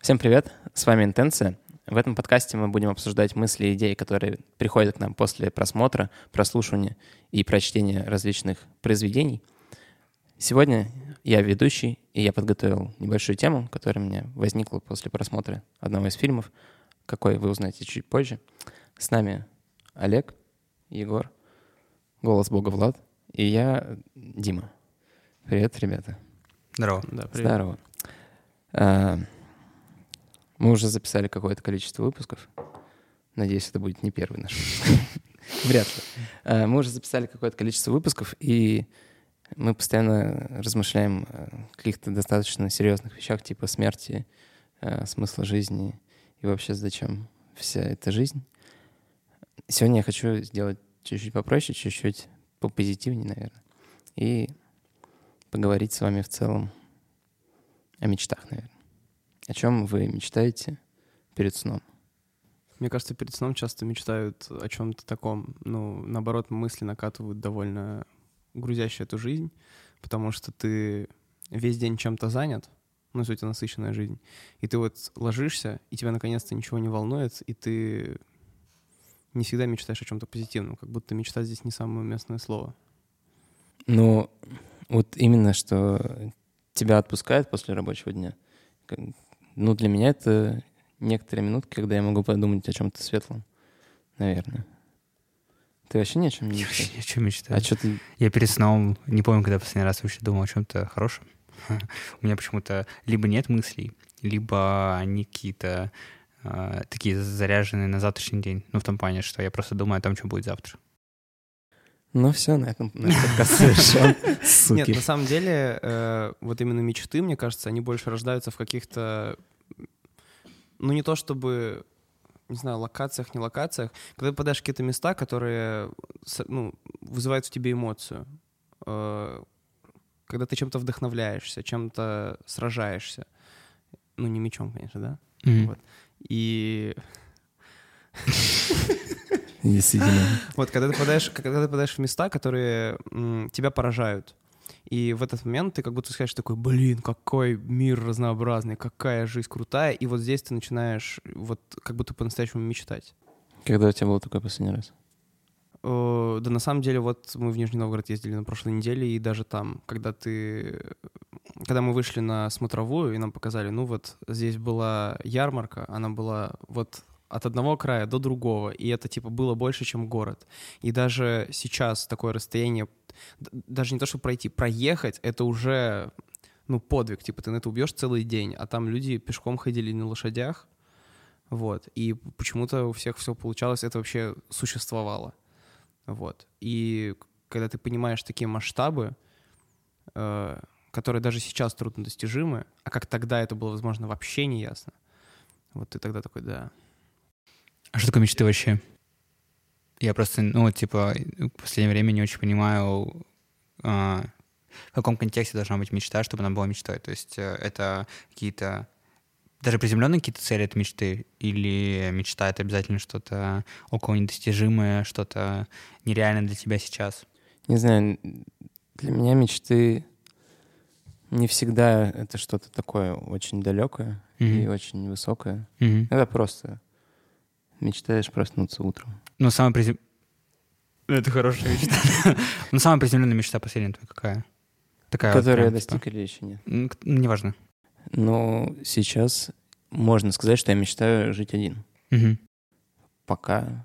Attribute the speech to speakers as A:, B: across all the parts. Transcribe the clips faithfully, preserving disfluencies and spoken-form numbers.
A: Всем привет, с вами Интенция. В этом подкасте мы будем обсуждать мысли и идеи, которые приходят к нам после просмотра, прослушивания и прочтения различных произведений. Сегодня я ведущий, и я подготовил небольшую тему, которая у меня возникла после просмотра одного из фильмов, какой вы узнаете чуть позже. С нами Олег, Егор, голос Бога Влад, и я, Дима. Привет, ребята.
B: Здорово.
A: Да, привет. Здорово. А, мы уже записали какое-то количество выпусков. Надеюсь, это будет не первый наш выпуск. Вряд ли. А, мы уже записали какое-то количество выпусков, и мы постоянно размышляем о каких-то достаточно серьезных вещах, типа смерти, смысла жизни и вообще зачем вся эта жизнь. Сегодня я хочу сделать чуть-чуть попроще, чуть-чуть попозитивнее, наверное, и поговорить с вами в целом о мечтах, наверное. О чем вы мечтаете перед сном?
C: Мне кажется, перед сном часто мечтают о чем-то таком. Ну, наоборот, мысли накатывают довольно грузящую эту жизнь, потому что ты весь день чем-то занят, ну, суть, насыщенная жизнь, и ты вот ложишься, и тебя наконец-то ничего не волнует, и ты не всегда мечтаешь о чем-то позитивном, как будто мечта здесь не самое уместное слово.
A: Ну, вот именно, что тебя отпускает после рабочего дня. Ну, для меня это некоторые минутки, когда я могу подумать о чем-то светлом, наверное. Ты вообще ни о чем не мечтаешь?
B: Я ни о чем мечтаю.
A: А что ты...
B: Я перед сном не помню, когда последний раз вообще думал о чем-то хорошем. У меня почему-то либо нет мыслей, либо они какие-то э, такие заряженные на завтрашний день. Ну, в том плане, что я просто думаю о том, что будет завтра.
A: Ну все, на этом наш подкаст совершен.
C: Нет, на самом деле, э, вот именно мечты, мне кажется, они больше рождаются в каких-то, ну не то чтобы, не знаю, локациях, не локациях, когда ты попадаешь в какие-то места, которые, ну, вызывают в тебе эмоцию, э, когда ты чем-то вдохновляешься, чем-то сражаешься, ну не мечом, конечно, да?
B: Mm-hmm.
C: Вот. И...
A: Действительно.
C: Вот, когда ты попадаешь, когда ты попадаешь в места, которые м, тебя поражают, и в этот момент ты как будто скажешь такой, блин, какой мир разнообразный, какая жизнь крутая, и вот здесь ты начинаешь вот как будто по-настоящему мечтать.
A: Когда у тебя был такой последний раз?
C: О, да на самом деле вот мы в Нижний Новгород ездили на прошлой неделе, и даже там, когда ты... Когда мы вышли на смотровую, и нам показали, ну вот здесь была ярмарка, она была вот... от одного края до другого, и это, типа, было больше, чем город. И даже сейчас такое расстояние, даже не то, чтобы пройти, проехать, это уже, ну, подвиг, типа, ты на это убьешь целый день, а там люди пешком ходили на лошадях, вот, и почему-то у всех все получалось, это вообще существовало, вот. И когда ты понимаешь такие масштабы, э, которые даже сейчас труднодостижимы, а как тогда это было, возможно, вообще не ясно, вот ты тогда такой, да...
B: А что такое мечты вообще? Я просто, ну, типа, в последнее время не очень понимаю, а, в каком контексте должна быть мечта, чтобы она была мечтой. То есть это какие-то, даже приземленные какие-то цели — это мечты? Или мечта — это обязательно что-то около недостижимое, что-то нереальное для тебя сейчас?
A: Не знаю, для меня мечты не всегда это что-то такое очень далекое mm-hmm. и очень высокое.
B: Mm-hmm.
A: Это просто... Мечтаешь проснуться утром.
B: Ну, самая призем... Это хорошая мечта. Ну, самая приземленная мечта последняя твоя какая? Такая
A: Которую я достиг или еще нет?
B: Неважно.
A: Ну, сейчас можно сказать, что я мечтаю жить один. Пока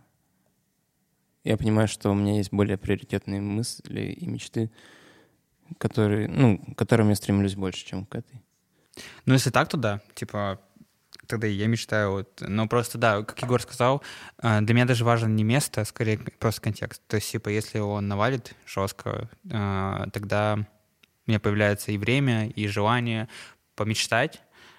A: я понимаю, что у меня есть более приоритетные мысли и мечты, которые, ну, к которым я стремлюсь больше, чем к этой.
B: Ну, если так, то да. Типа... Тогда и я мечтаю. Вот. Но просто, да, как Егор сказал, для меня даже важен не место, а скорее просто контекст. То есть, типа, если он навалит жестко, тогда у меня появляется и время, и желание помечтать.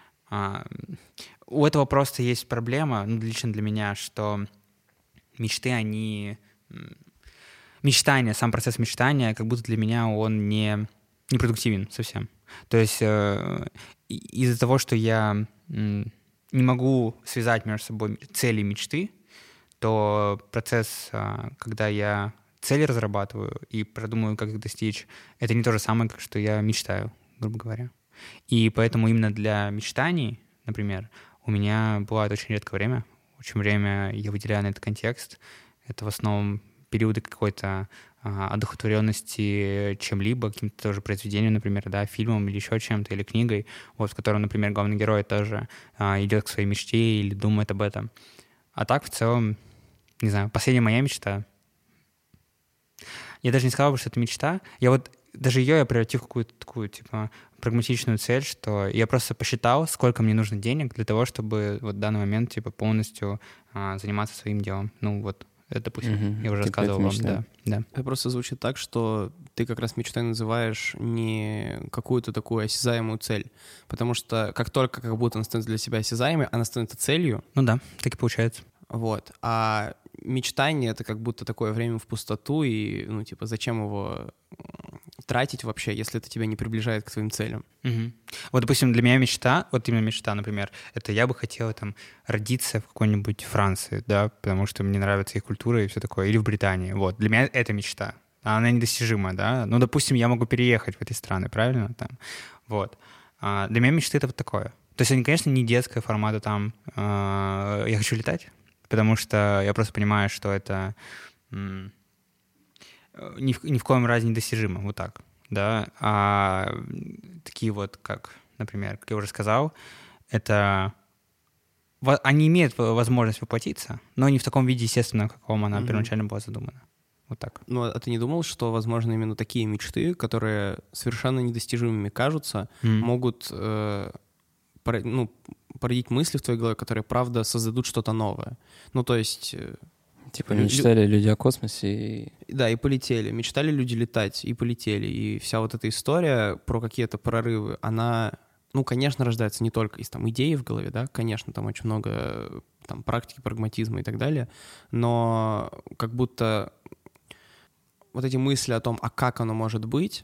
B: У этого просто есть проблема, ну, лично для меня, что мечты, они... Мечтание, сам процесс мечтания, как будто для меня он не, не продуктивен совсем. То есть из-за того, что я... не могу связать между собой цели и мечты, то процесс, когда я цели разрабатываю и продумываю, как их достичь, это не то же самое, как что я мечтаю, грубо говоря. И поэтому именно для мечтаний, например, у меня бывает очень редкое время. Очень время я выделяю на этот контекст. Это в основном периоды какой-то а, одухотворенности чем-либо, каким-то тоже произведением, например, да, фильмом или еще чем-то, или книгой, вот, в котором, например, главный герой тоже а, идет к своей мечте или думает об этом. А так, в целом, не знаю, последняя моя мечта. Я даже не сказал бы, что это мечта. Я вот даже ее я превратил в какую-то такую, типа, прагматичную цель, что я просто посчитал, сколько мне нужно денег для того, чтобы вот в данный момент, типа, полностью а, заниматься своим делом. Ну, вот. Это, допустим,
A: Мгм.
B: я уже
A: Типа
B: рассказывал
A: это
B: вам,
A: мечта.
B: да, да.
C: Это просто звучит так, что ты как раз мечтой называешь не какую-то такую осязаемую цель. Потому что как только как будто она становится для себя осязаемой, она становится целью.
B: Ну да, так и получается.
C: Вот. А мечтание — это как будто такое время в пустоту, и, ну, типа, зачем его м, тратить вообще, если это тебя не приближает к твоим целям?
B: Мгм. Вот, допустим, для меня мечта, вот именно мечта, например, это я бы хотел там родиться в какой-нибудь Франции, да, потому что мне нравится их культура и все такое, или в Британии. Вот, для меня это мечта. А она недостижима, да. Ну, допустим, я могу переехать в эти страны, правильно? Там. Вот. А для меня мечты — это вот такое. То есть они, конечно, не детского формата там а, «я хочу летать», потому что я просто понимаю, что это м, ни в, ни в коем разе недостижимо, вот так, да. А такие вот, как, например, как я уже сказал, это во- они имеют в- возможность воплотиться, но не в таком виде, естественно, в каком она
C: Мгм.
B: первоначально была задумана. Вот так.
C: Ну, а ты не думал, что, возможно, именно такие мечты, которые совершенно недостижимыми кажутся,
B: М.
C: могут э, пора- ну, породить мысли в твоей голове, которые, правда, создадут что-то новое? Ну, то есть... э,
A: Типа
C: Лю-
A: мечтали люди о космосе и...
C: Да, и полетели. Мечтали люди летать, и полетели. И вся вот эта история про какие-то прорывы, она, ну, конечно, рождается не только из там идеи в голове, да, конечно, там очень много э, там практики, прагматизма и так далее, но как будто вот эти мысли о том, а как оно может быть,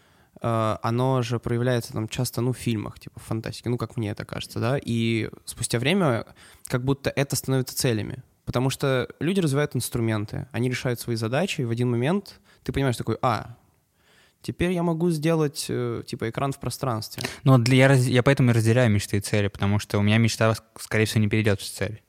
C: э, оно же проявляется там часто, ну, в фильмах, типа в фантастике, ну, как мне это кажется, да, и спустя время как будто это становится целями. Потому что люди развивают инструменты, они решают свои задачи, и в один момент ты понимаешь такой, а, теперь я могу сделать, э, типа, экран в пространстве.
B: Ну, вот для, я, раз- я поэтому и разделяю мечты и цели, потому что у меня мечта, ск- скорее всего, не перейдет в цель.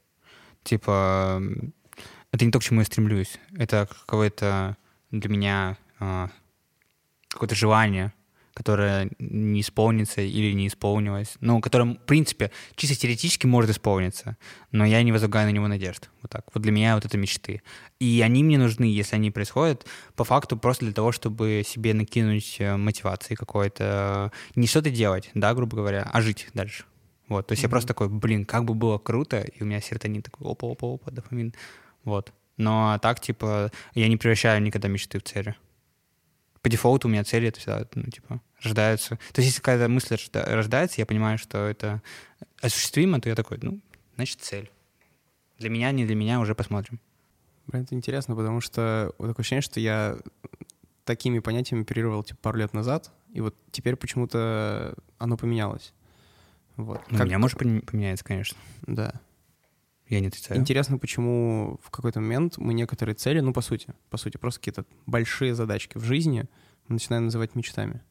B: Типа, м, это не то, к чему я стремлюсь. Это какое-то для меня а, какое-то желание, которое не исполнится или не исполнилось. Ну, которое, в принципе, чисто теоретически может исполниться, но я не возлагаю на него надежд. Вот так. Вот для меня вот это мечты. И они мне нужны, если они происходят, по факту просто для того, чтобы себе накинуть э, мотивации какой-то. Не что-то делать, да, грубо говоря, а жить дальше. Вот. То есть я
C: Мгм.
B: просто такой, блин, как бы было круто, и у меня серотонин такой, опа-опа-опа, дофамин. Вот. Но так, типа, я не превращаю никогда мечты в цели. По дефолту у меня цели это всегда, ну, типа, рождаются. То есть если какая-то мысль рожда- рождается, я понимаю, что это осуществимо, то я такой, ну, значит, цель. Для меня, не для меня, уже посмотрим.
C: Блин, это интересно, потому что вот такое ощущение, что я такими понятиями оперировал, типа, пару лет назад, и вот теперь почему-то оно поменялось. Вот.
B: Ну, у
C: Как-
B: меня, может, поме- поменяется, конечно.
C: Да.
B: Я не отрицаю.
C: Интересно, почему в какой-то момент мы некоторые цели, ну, по сути, по сути, просто какие-то большие задачки в жизни мы начинаем называть мечтами.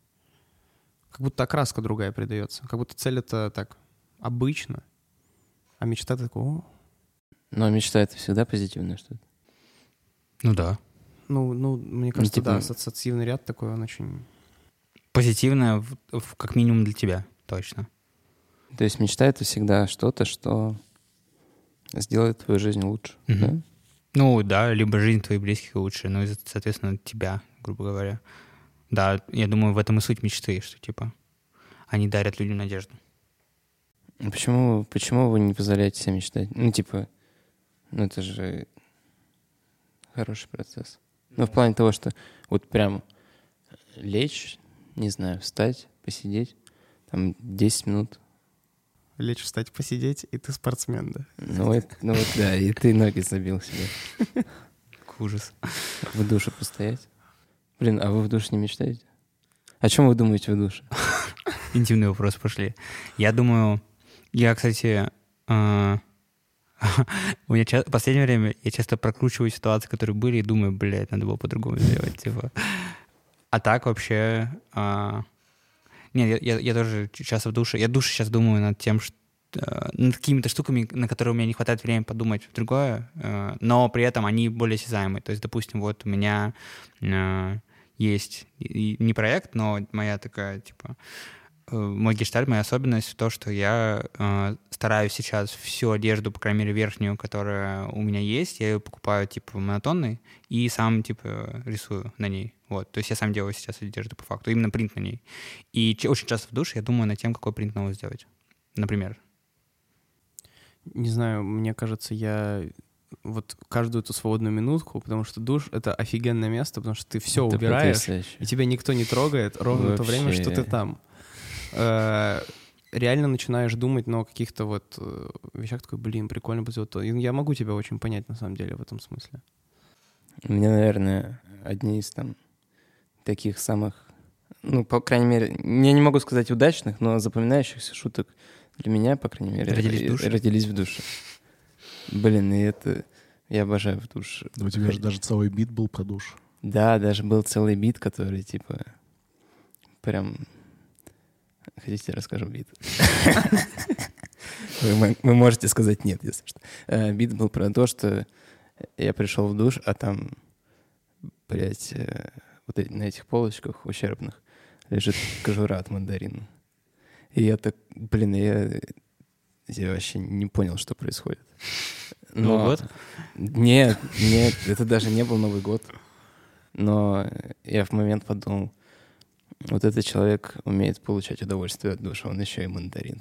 C: Как будто окраска другая придается. Как будто цель — это так обычно, а мечта — это такое, о,
A: Но мечта — это всегда позитивное что-то.
B: Ну да.
C: ну, ну, мне кажется,
A: типа-
C: да, ассоциативный ряд такой, он очень...
B: Позитивно, в- в- как минимум для тебя, точно.
A: То есть мечта — это всегда что-то, что сделает твою жизнь лучше,
B: Мгм.
A: да?
B: Ну да, либо жизнь твоих близких лучше, ну и, соответственно, тебя, грубо говоря. Да, я думаю, в этом и суть мечты, что, типа, они дарят людям надежду.
A: Ну, Почему, почему вы не позволяете себе мечтать? Ну, типа, ну это же хороший процесс. Ну, в плане того, что вот прям лечь, не знаю, встать, посидеть, там десять минут.
C: Лечь, встать, посидеть, и ты спортсмен, да?
A: Ну вот, ну вот да, и ты ноги забил себе.
B: Ужас.
A: В душе постоять. Блин, а вы в душе не мечтаете? О чем вы думаете в душе?
B: Интимные вопросы пошли. Я думаю, я, кстати, э, у меня ча- в последнее время я часто прокручиваю ситуации, которые были, и думаю, блядь, надо было по-другому сделать, типа. А так вообще... э, Нет, я, я, я тоже часто в душе... Я в душе сейчас думаю над тем, ш- э, над какими-то штуками, на которые у меня не хватает времени подумать в другое, э, но при этом они более осязаемые. То есть, допустим, вот у меня э, есть и, и не проект, но моя такая, типа, э, мой гештальт, моя особенность в том, что я э, стараюсь сейчас всю одежду, по крайней мере, верхнюю, которая у меня есть, я ее покупаю, типа, монотонной, и сам, типа, рисую на ней. Вот. То есть я сам делаю сейчас одежду по факту, именно принт на ней. И ч- очень часто в душе я думаю над тем, какой принт новый сделать. Например.
C: Не знаю, мне кажется, я вот каждую эту свободную минутку, потому что душ — это офигенное место, потому что ты все
A: Это
C: убираешь,
A: потрясающе.
C: и тебя никто не трогает ровно в то время,
A: Вообще.
C: что ты там. Э, Реально начинаешь думать, но о каких-то вот э, вещах, такой, блин, прикольно бы сделать то. И я могу тебя очень понять, на самом деле, в этом смысле.
A: У меня, наверное, одни из там таких самых, ну, по крайней мере, я не могу сказать удачных, но запоминающихся шуток для меня, по крайней мере,
B: Родились в душе?
A: родились в душе. Блин, и это... Я обожаю в душ.
D: Да у тебя же даже целый бит был про душ.
A: Да, даже был целый бит, который, типа, прям... Хотите, расскажу бит? Вы, вы можете сказать нет, если что. Э, бит был про то, что я пришел в душ, а там, блядь, э, вот эти- на этих полочках ущербных лежит кожура от мандарина. И я так, блин, я, я вообще не понял, что происходит.
B: Новый год?
A: Нет, нет, это даже не был Новый год. Но я в момент подумал, вот этот человек умеет получать удовольствие от душа, он еще и мандарин.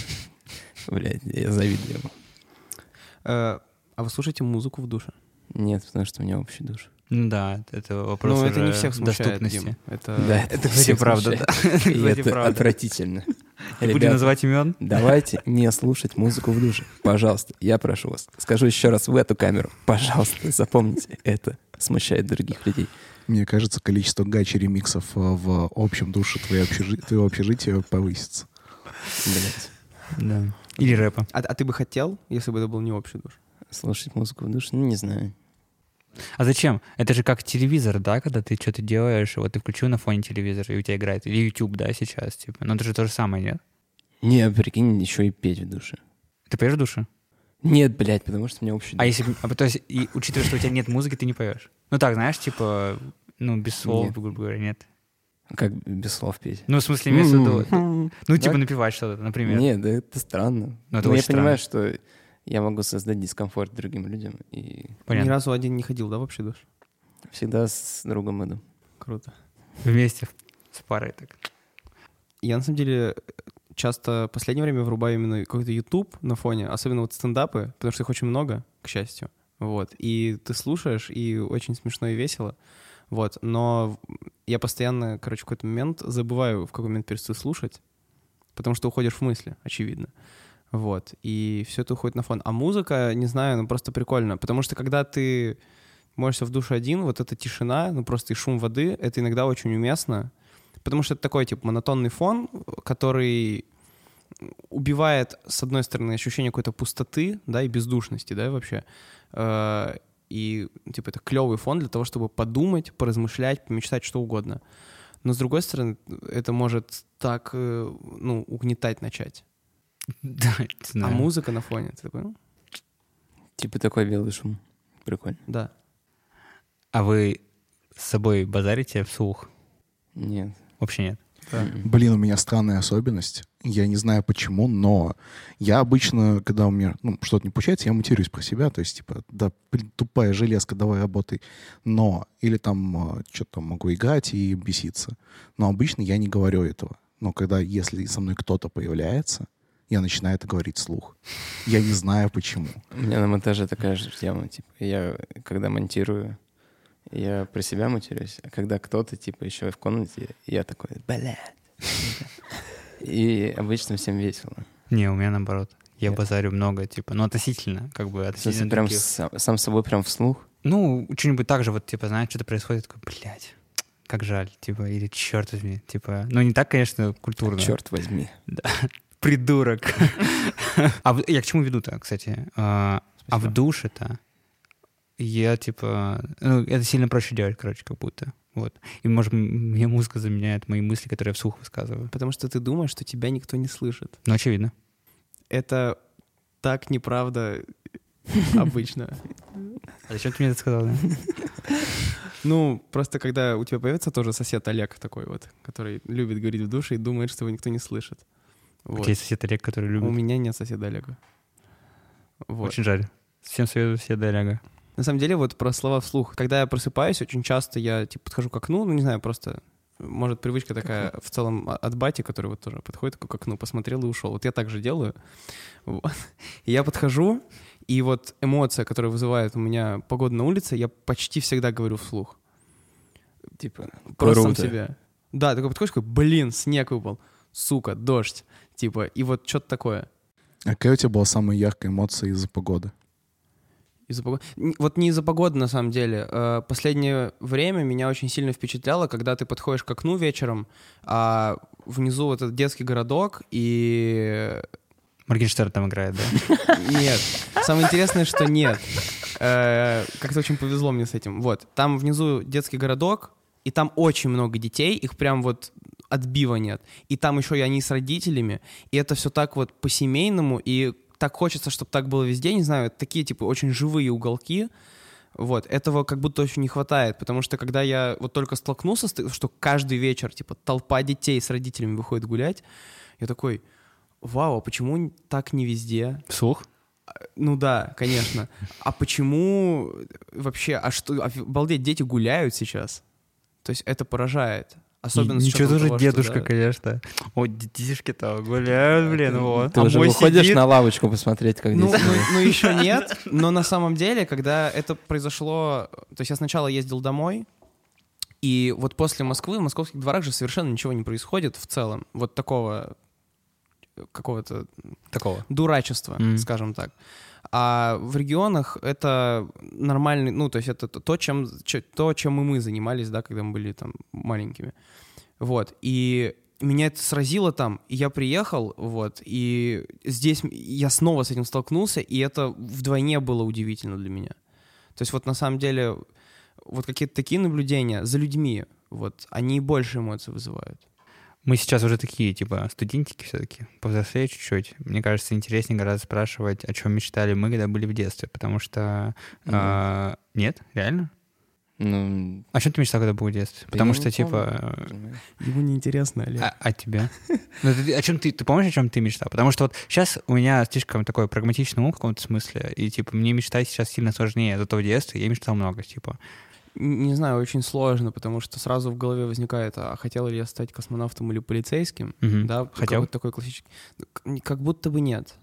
A: Блядь, я завидую ему.
C: Э, А вы слушаете музыку в душе?
A: Нет, потому что у меня общий душ.
B: Ну да, это вопрос
C: Ну, это не
B: уже
C: всех смущает,
B: доступности.
C: Дим. Это...
A: Да,
B: Это, кстати,
A: всех
B: правда,
A: смущает.
B: да. Это,
A: И
B: кстати,
A: это
B: правда.
A: отвратительно.
B: Не будем
A: Ребята,
B: называть имен.
A: давайте не слушать музыку в душе. Пожалуйста, я прошу вас. Скажу еще раз в эту камеру. Пожалуйста, запомните, это смущает других людей.
D: Мне кажется, количество гачи-ремиксов э, в общем душе твоего, общежи... твоего общежития повысится.
A: Блядь.
B: Да. Или рэпа.
C: А, а ты бы хотел, если бы это был не общий душ?
A: Слушать музыку в душе? Ну, не знаю.
B: А зачем? Это же как телевизор, да, когда ты что-то делаешь, вот ты включил на фоне телевизора, и у тебя играет. Или YouTube, да, сейчас, типа. Но это же то же самое, нет?
A: Не, прикинь, еще и петь в душе.
B: Ты поешь в душе?
A: Нет, блядь, потому что у меня общий душ.
B: А если, б- а, то есть, и, учитывая, что у тебя нет музыки, ты не поешь? Ну так, знаешь, типа, ну, без слов,
A: Нет.
B: грубо говоря, нет.
A: Как без слов петь?
B: Ну, в смысле, имеется в виду,
A: М-м-м.
B: ну, типа,
A: Да?
B: напевать что-то, например.
A: Нет, да это странно.
B: Ну, это
A: Ну, я
B: очень
A: понимаю, что я могу создать дискомфорт другим людям, и
B: Понятно.
C: Ни разу один не ходил, да, в общий душ?
A: всегда с другом иду.
C: Круто.
B: Вместе, с парой так.
C: Я, на самом деле, часто в последнее время врубаю именно какой-то YouTube на фоне, особенно вот стендапы, потому что их очень много, к счастью. Вот. И ты слушаешь, и очень смешно и весело. Вот. Но я постоянно, короче, в какой-то момент забываю, в какой момент перестаю слушать, потому что уходишь в мысли, очевидно. Вот. И все это уходит на фон. А музыка, не знаю, ну просто прикольно. Потому что когда ты моешься в душе один, вот эта тишина, ну просто и шум воды, это иногда очень уместно. Потому что это такой, типа, монотонный фон, который убивает, с одной стороны, ощущение какой-то пустоты, да, и бездушности, да, вообще. Э, И, типа, это клевый фон для того, чтобы подумать, поразмышлять, помечтать, что угодно. Но, с другой стороны, это может так, э, ну, угнетать начать.
B: Да,
C: А
B: знаю.
C: музыка на фоне, ты такой, ну,
A: Типа такой белый шум. Прикольно.
C: да.
B: А вы с собой базарите вслух?
A: Нет.
B: Вообще нет.
A: М-м.
D: Блин, у меня странная особенность. Я не знаю почему, но я обычно, когда у меня ну, что-то не получается, я матерюсь про себя. То есть, типа, да, блин, тупая железка, давай работай. Но, или там что-то там могу играть и беситься. Но обычно я не говорю этого. Но когда, если со мной кто-то появляется, я начинаю это говорить вслух. Я не знаю почему.
A: У меня на монтаже такая же тема. Типа, я, когда монтирую, я про себя матерюсь, а когда кто-то, типа, еще в комнате, я такой, блядь. И обычно всем весело.
B: Не, у меня наоборот. Я
A: Нет.
B: базарю много, типа, ну, относительно, как бы,
A: В смысле,
B: относительно
A: прям
B: других.
A: сам, сам с собой прям вслух.
B: Ну, что-нибудь так же, вот, типа, знаешь, что-то происходит, такой, блядь, как жаль, типа, или черт возьми, типа, ну, не так, конечно, культурно.
A: Черт возьми.
B: Придурок. А в- я к чему веду-то, кстати? А а в душе-то я, типа, ну, это сильно проще делать, короче, как будто. Вот. И, может, м- мне музыка заменяет мои мысли, которые я вслух высказываю.
C: Потому что ты думаешь, что тебя никто не слышит.
B: Ну, очевидно.
C: Это так неправда обычно.
B: А зачем ты мне это сказал? Да?
C: Ну, просто когда у тебя появится тоже сосед Олег такой вот, который любит говорить в душе и думает, что его никто не слышит.
B: Вот. У
C: Вот.
B: тебя есть сосед Олег, который любит?
C: У меня нет соседа Олега. Вот.
B: Очень жаль. Всем советую соседа Олега.
C: На самом деле, вот про слова вслух. Когда я просыпаюсь, очень часто я типа подхожу к окну, ну, не знаю, просто, может, привычка такая в целом от бати, который вот тоже подходит к окну, посмотрел и ушел. Вот я так же делаю. Вот. И я подхожу, и вот эмоция, которая вызывает у меня погода на улице, я почти всегда говорю вслух.
A: Типа,
C: Просто сам
A: круто.
C: себе. Да, такой подходишь, такой, блин, снег выпал, сука, дождь. Типа, и вот что-то такое.
D: А какая у тебя была самая яркая эмоция из-за погоды?
C: Из-за погоды. Вот не из-за погоды, на самом деле. Э, Последнее время меня очень сильно впечатляло, когда ты подходишь к окну вечером, а внизу вот этот детский городок, и...
B: Моргенштерн там играет, да?
C: Нет. Самое интересное, что нет. Э, Как-то очень повезло мне с этим. Вот. Там внизу детский городок, и там очень много детей, их прям вот отбива нет. И там еще и они с родителями, и это все так вот по-семейному, и так хочется, чтобы так было везде, не знаю, это такие, типа, очень живые уголки, вот, этого как будто очень не хватает, потому что когда я вот только столкнулся, с, что каждый вечер, типа, толпа детей с родителями выходит гулять, я такой, вау, а почему так не везде?
B: Вслух?
C: Ну да, конечно. А почему вообще, а что, обалдеть, дети гуляют сейчас? То есть это поражает. Особенно с
B: Ничего
C: учетом
B: тоже
C: того,
B: дедушка,
C: что, да.
B: конечно. О, детишки-то гуляют, блин, вот.
A: Ты
B: А
A: уже
B: мой
A: выходишь
B: сидит.
A: на лавочку посмотреть, как
C: Ну,
A: дети.
C: ну, ну, еще нет, но на самом деле, когда это произошло... То есть я сначала ездил домой, и вот после Москвы в московских дворах же совершенно ничего не происходит в целом. Вот такого какого-то
B: Такого.
C: дурачества,
B: Мгм.
C: скажем так. А в регионах это нормальный... Ну, то есть это то, чем, че- то, чем и мы занимались, да, когда мы были там маленькими. Вот. И меня это сразило там, и я приехал, вот, и здесь я снова с этим столкнулся, и это вдвойне было удивительно для меня. То есть вот на самом деле вот какие-то такие наблюдения за людьми, вот, они больше эмоций вызывают.
B: Мы сейчас уже такие, типа, студентики все-таки, повзрослее чуть-чуть. Мне кажется, интереснее гораздо спрашивать, о чем мечтали мы, когда были в детстве, потому что...
A: Ну.
B: а, нет? Реально?
A: Ну,
B: О чем ты мечтал, когда был в детстве? Потому
A: я
B: что,
A: не
B: типа...
A: помню, понимаешь.
C: Ему неинтересно, Олег.
B: А, а тебе? Ну, ты- о чем ты, ты помнишь, о чем ты мечтал? Потому что вот сейчас у меня слишком такой прагматичный ум в каком-то смысле, и, типа, мне мечтать сейчас сильно сложнее. Зато в детстве я мечтал много, типа.
C: Не знаю, очень сложно, потому что сразу в голове возникает, а хотел ли я стать космонавтом или полицейским?
B: Мгм.
C: Да,
B: Хотел?
C: какой-то такой классический. К- Как будто бы нет.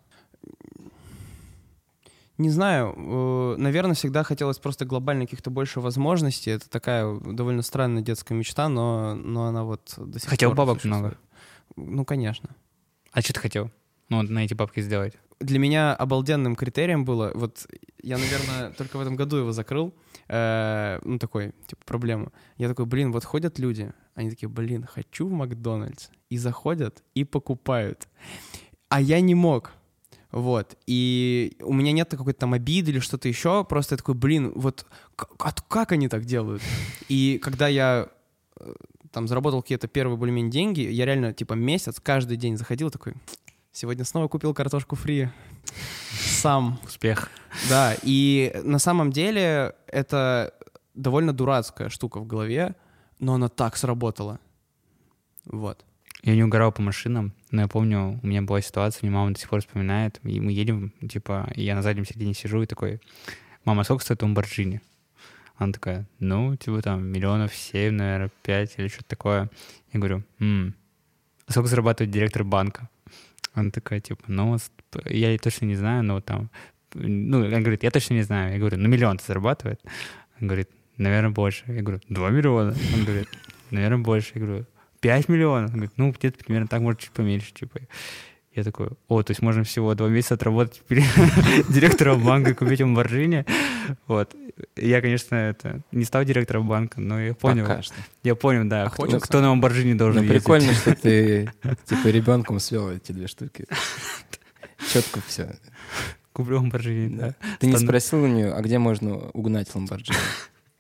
C: Не знаю, э, наверное, всегда хотелось просто глобально каких-то больше возможностей. Это такая довольно странная детская мечта, но, но она вот до сих
B: Хотел
C: пор
B: бабок
C: существует.
B: много?
C: Ну, конечно.
B: А что ты хотел? Ну, вот на эти бабки сделать.
C: Для меня обалденным критерием было, вот я, наверное, только в этом году его закрыл, э, ну, такой, типа, проблему. Я такой, блин, вот ходят люди, они такие, блин, хочу в Макдональдс, и заходят, и покупают. А я не мог, вот, и у меня нет какой-то там обиды или что-то еще, просто я такой, блин, вот к- а как они так делают? И когда я э, там заработал какие-то первые более-менее деньги, я реально, типа, месяц каждый день заходил такой... Сегодня снова купил картошку фри. Сам.
B: Успех.
C: Да, и на самом деле это довольно дурацкая штука в голове, но она так сработала. Вот.
B: Я не угорал по машинам, но я помню, у меня была ситуация, мне мама до сих пор вспоминает, и мы едем, типа, и я на заднем сиденье сижу и такой, мама, сколько стоит Ламборджини? Она такая, ну, типа, там, миллионов семь, наверное, пять или что-то такое. Я говорю, м-м, а сколько зарабатывает директор банка? Она такая, типа, ну, я точно не знаю, но там... Ну, она говорит, я точно не знаю. Я говорю, ну, миллион-то зарабатывает? Она говорит, наверное, больше. Я говорю, два миллиона. Он говорит, наверное, больше. Я говорю, пять миллионов. Он говорит, ну, где-то примерно так, может, чуть поменьше, типа. Я такой, о, то есть можно всего два месяца отработать директором банка, купить Ламборджини. Вот. Я, конечно, это не стал директором банка, но я понял.
A: Пока что.
B: Я понял, да,
C: А
B: кто,
C: хочется?
B: кто на Ламборджини должен
A: Ну,
B: ездить.
A: прикольно, что ты, типа, ребенком свел эти две штуки. Четко все.
B: Куплю Ламборджини, да.
A: Ты не
B: Стандарт.
A: спросил у нее, а где можно угнать Ламборджини?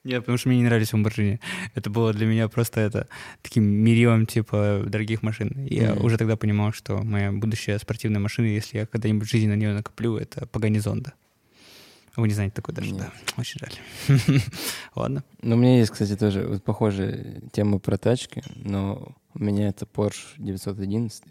B: Нет, потому что мне не нравились Lamborghini. Это было для меня просто это таким мерилом типа дорогих машин. И я
A: Мгм.
B: уже тогда понимал, что моя будущая спортивная машина, если я когда-нибудь в жизни на нее накоплю, это Pagani Zonda. Вы не знаете такой даже,
A: Нет.
B: да. Очень жаль. Ладно.
A: Ну, у меня есть, кстати, тоже вот похожая тема про тачки, но у меня это Porsche девятьсот одиннадцать.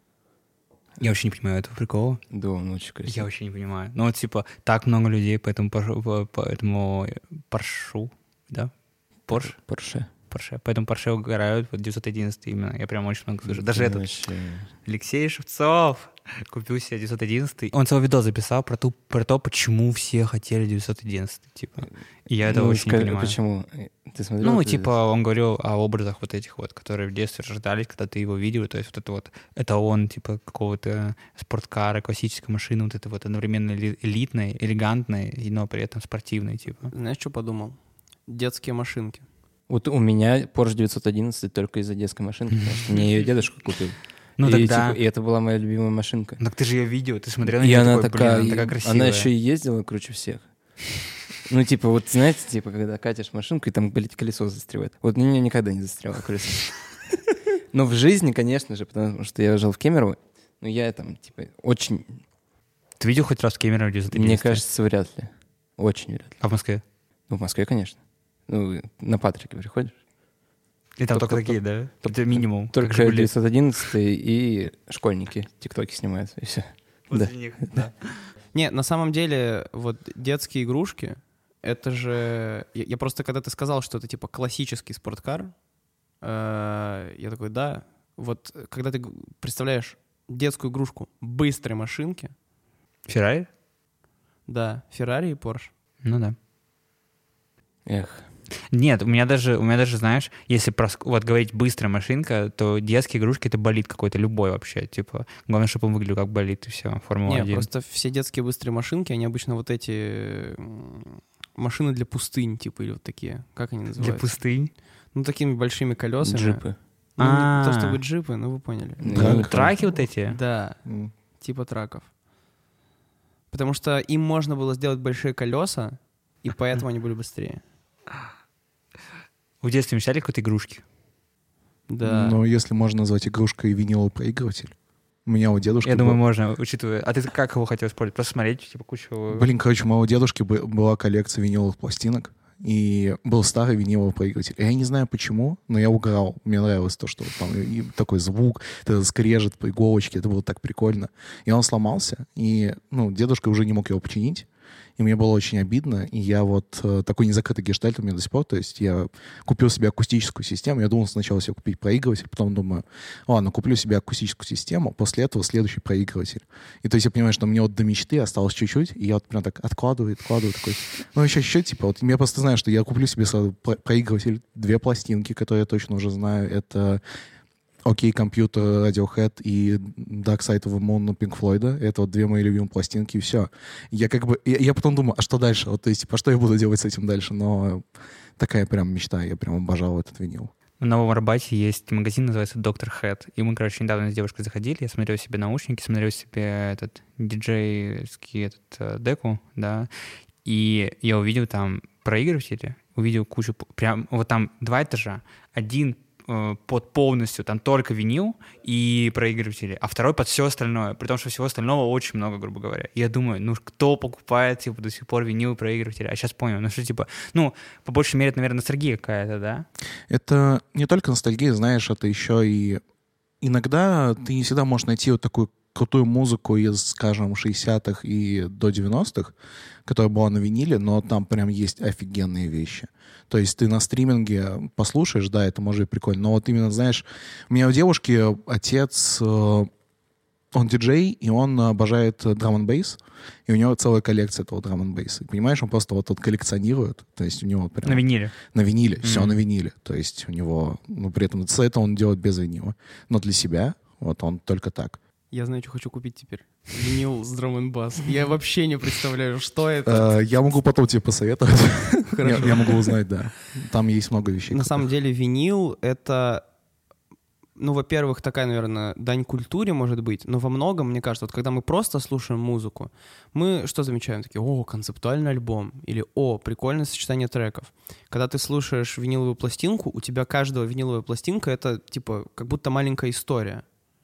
B: Я вообще не понимаю этого прикола.
A: Да, он очень красивый.
B: Я вообще не понимаю. Ну, вот, типа, так много людей по этому, Порш- по, по этому Поршу, да? Порш?
A: Porsche.
B: Порше. Поэтому Порше угорают. Вот девятьсот одиннадцать именно. Я прям очень много слышу. Даже
A: Это
B: этот
A: вообще-
B: Алексей Шевцов купил себе девятьсот одиннадцать. Он целый видос записал про, ту, про то, почему все хотели девятьсот одиннадцать. Типа. И я этого
A: Ну,
B: очень
A: скажи,
B: не понимаю.
A: Почему? Ты смотрел?
B: Ну,
A: это
B: типа,
A: видео?
B: он говорил о образах вот этих вот, которые в детстве рождались, когда ты его видел. То есть вот это вот, это он, типа, какого-то спорткара, классической машины, вот это вот одновременно эли- элитной, элегантной, но при этом спортивной, типа.
C: Знаешь, что подумал? Детские машинки.
A: Вот у меня Porsche девятьсот одиннадцать только из-за детской машинки, потому что мне ее дедушка купил.
B: Ну,
A: и,
B: тогда...
A: типа, и это была моя любимая машинка.
B: Ну, так ты же ее видел, ты смотрел на
A: И
B: нее,
A: она
B: такой,
A: такая,
B: блин, она такая
A: и-
B: красивая.
A: она еще и ездила круче всех. Ну, типа, вот знаете, типа, когда катишь машинку, и там, блядь, колесо застревает. Вот у меня никогда не застряло колесо. Но в жизни, конечно же, потому что я жил в Кемерово, но я там, типа, очень,
B: Ты видел хоть раз Кемерово девятьсот одиннадцать?
A: мне кажется, вряд ли. Очень вряд ли.
B: А в Москве?
A: Ну, в Москве, конечно. Ну, на Патрике приходишь.
B: И там только,
A: Только-
B: такие, да?
A: только-
B: Это минимум. как
A: Только
B: «Жигули».
A: девятьсот одиннадцать и школьники тиктоки снимают, и все. Да.
B: После них, да.
C: Не, на самом деле, вот детские игрушки, это же... Я, я просто, когда ты сказал, что это типа классический спорткар, э, я такой, да. Вот когда ты г- представляешь детскую игрушку быстрой машинки,
B: Феррари?
C: да, Феррари и Порш.
B: Ну да.
A: Эх.
B: Нет, у меня даже, у меня даже, знаешь, если про, ск- вот говорить быстрая машинка, то детские игрушки — это болид какой-то, любой вообще, типа. Главное, чтобы он выглядел как болид, и все, Формула
C: Не,
B: один.
C: просто все детские быстрые машинки, они обычно вот эти м, машины для пустынь, типа, или вот такие. Как они
B: Для
C: называются?
B: пустынь.
C: Ну, такими большими колесами.
A: Джипы.
C: Ну, не то
B: А.
C: чтобы джипы, ну вы поняли.
A: Ну,
B: Траки вот эти?
C: Да,
D: М.
C: типа траков. Потому что им можно было сделать большие колеса, и поэтому они были быстрее.
B: В детстве мечтали какой-то игрушки?
C: Да.
D: Но если можно назвать игрушкой виниловый проигрыватель, у меня у дедушки
B: Я
D: был-
B: думаю, можно, учитывая... А ты как его хотел использовать? Просто смотреть, типа, кучу...
D: Блин, короче, у моего дедушки бы- была коллекция виниловых пластинок, и был старый виниловый проигрыватель. Я не знаю почему, но я угорал. Мне нравилось то, что вот там и такой звук, это скрежет по иголочке, это было так прикольно. И он сломался, и ну, дедушка уже не мог его починить. И мне было очень обидно, и я вот э, такой незакрытый гештальт у меня до сих пор, то есть я купил себе акустическую систему, я думал сначала себе купить проигрыватель, потом думаю, ладно, куплю себе акустическую систему, после этого следующий проигрыватель. И то есть я понимаю, что мне вот до мечты осталось чуть-чуть, и я вот прям так откладываю, откладываю, такой, ну еще чуть-чуть, типа, вот я просто знаю, что я куплю себе сразу про- проигрыватель, две пластинки, которые я точно уже знаю, это Окей, компьютер, Radiohead и Dark Side of the Moon Pink Floyd. Это вот две мои любимые пластинки, и все. Я как бы... Я, я потом думаю, а что дальше? Вот, то есть, типа, что я буду делать с этим дальше? Но такая прям мечта, я прям обожал этот винил.
B: В Новом Арбате есть магазин, называется доктор Head. И мы, короче, недавно с девушкой заходили, я смотрел себе наушники, смотрел себе этот диджейский этот э, деку, да, и я увидел там проигрыватели, увидел кучу... п- Прям вот там два этажа. Один э, под полностью, там только винил и проигрыватели, а второй под все остальное, при том, что всего остального очень много, грубо говоря. И я думаю, ну кто покупает, типа, до сих пор винил и проигрыватели? А сейчас понял, ну что, типа, ну, по большей мере, это, наверное, ностальгия какая-то, да?
D: Это не только ностальгия, знаешь, это еще и... Иногда ты не всегда можешь найти вот такую крутую музыку из, скажем, шестидесятых и до девяностых, которая была на виниле, но там прям есть офигенные вещи. То есть ты на стриминге послушаешь, да, это может быть прикольно, но вот именно, знаешь, у меня у девушки отец, э, он диджей, и он обожает драм н бейс, и у него целая коллекция этого драм н бейса. Понимаешь, он просто вот тут коллекционирует, то есть у него прям...
B: На виниле.
D: На виниле,
B: Мгм.
D: все на виниле. То есть у него, ну, при этом это он делает без винила. Но для себя, вот он только так.
C: Я знаю, что хочу купить теперь. Винил с драм н бас. Я вообще не представляю, что это.
D: Э, Я могу потом тебе посоветовать.
C: Хорошо.
D: Я я могу узнать, да. Там есть много вещей.
C: На самом деле винил — это ну, во-первых, такая, наверное, дань культуре может быть, но во многом, мне кажется, вот когда мы просто слушаем музыку, мы что замечаем? Такие, о, концептуальный альбом, или о, прикольное сочетание треков. Когда ты слушаешь виниловую пластинку, у тебя каждая виниловая пластинка — это, типа, как будто маленькая история.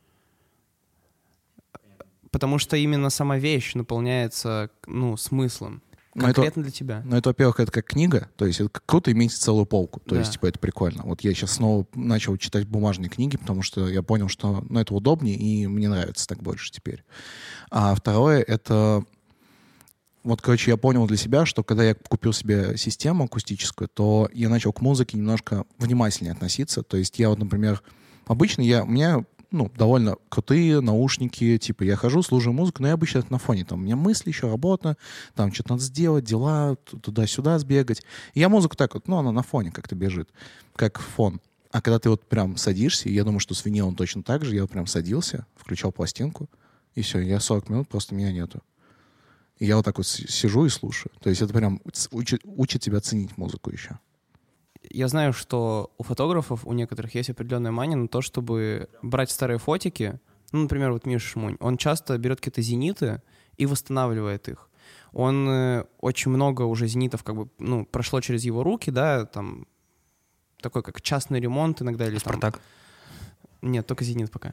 C: Потому что именно сама вещь наполняется, ну, смыслом. Конкретно
D: это,
C: для тебя.
D: Ну, это, во-первых, это как книга, то есть это круто иметь целую полку, то
C: Да.
D: есть, типа, это прикольно. Вот я сейчас снова начал читать бумажные книги, потому что я понял, что, ну, это удобнее, и мне нравится так больше теперь. А второе, это... Вот, короче, я понял для себя, что когда я купил себе систему акустическую, то я начал к музыке немножко внимательнее относиться. То есть я вот, например, обычно я, у меня ну, довольно крутые наушники, типа я хожу, слушаю музыку, но я обычно это на фоне. Там у меня мысли еще, работа, там что-то надо сделать, дела, туда-сюда сбегать. И я музыку так вот, ну, она на фоне как-то бежит, как фон. А когда ты вот прям садишься, и я думаю, что с винилом точно так же, я прям садился, включал пластинку, и все, я сорок минут, просто меня нету. И я вот так вот сижу и слушаю. То есть это прям учит, учит тебя ценить музыку еще.
C: Я знаю, что у фотографов, у некоторых есть определенная мания на то, чтобы брать старые фотики. Ну, например, вот Миша Шмунь. Он часто берет какие-то зениты и восстанавливает их. Он э, очень много уже зенитов как бы, ну, прошло через его руки, да, там такой как частный ремонт иногда. Или
B: Спартак?
C: Там... Нет, только зенит пока.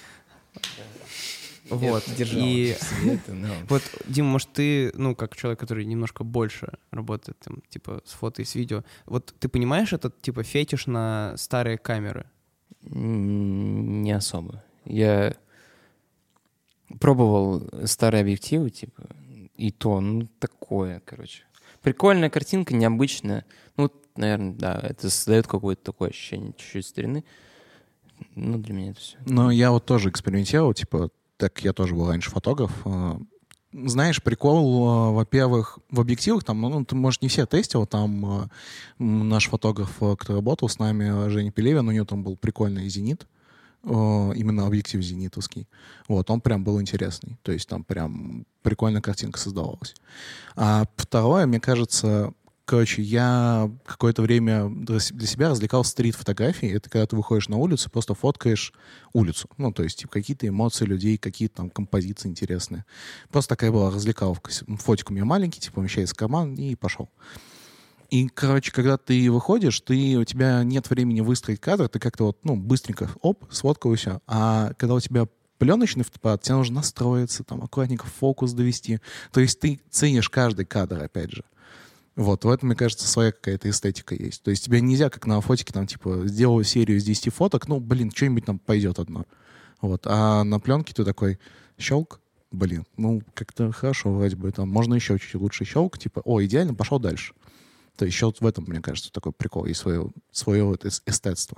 C: Вот.
A: Держал
C: и
A: это, но...
C: вот, Дима, может, ты, ну, как человек, который немножко больше работает, там, типа, с фото и с видео, вот ты понимаешь этот, типа, фетиш на старые камеры?
A: Не особо. Я пробовал старые объективы, типа, и то, ну, такое, короче. Прикольная картинка, необычная. Ну, наверное, да, это создает какое-то такое ощущение чуть-чуть старины. Ну, для меня это все.
D: Но я вот тоже экспериментировал, типа, так я тоже был раньше фотограф. Знаешь, прикол, во-первых, в объективах, там, ну, ты, может, не все тестил, там наш фотограф, кто работал с нами, Женя Пелевин, у него там был прикольный зенит, именно объектив зенитовский. Вот, он прям был интересный. То есть там прям прикольная картинка создавалась. А второе, мне кажется... Короче, я какое-то время для себя развлекал стрит-фотографии. Это когда ты выходишь на улицу, просто фоткаешь улицу. Ну, то есть типа, какие-то эмоции людей, какие-то там композиции интересные. Просто такая была развлекаловка. Фотик у меня маленький, типа помещается в карман и пошел. И, короче, когда ты выходишь, ты, у тебя нет времени выстроить кадр, ты как-то вот, ну, быстренько, оп, сфоткал и все. А когда у тебя пленочный фотоаппарат, тебе нужно настроиться, там, аккуратненько фокус довести. То есть ты ценишь каждый кадр, опять же. Вот, в этом, мне кажется, своя какая-то эстетика есть. То есть тебе нельзя, как на фотике, там, типа, сделаю серию из десяти фоток, ну, блин, что-нибудь там пойдет одно. Вот, а на пленке ты такой, щелк, блин, ну, как-то хорошо вроде бы, там, можно еще чуть-чуть лучше щелк, типа, о, идеально, пошел дальше. То есть еще вот в этом, мне кажется, такой прикол, есть свое, свое вот эстетство.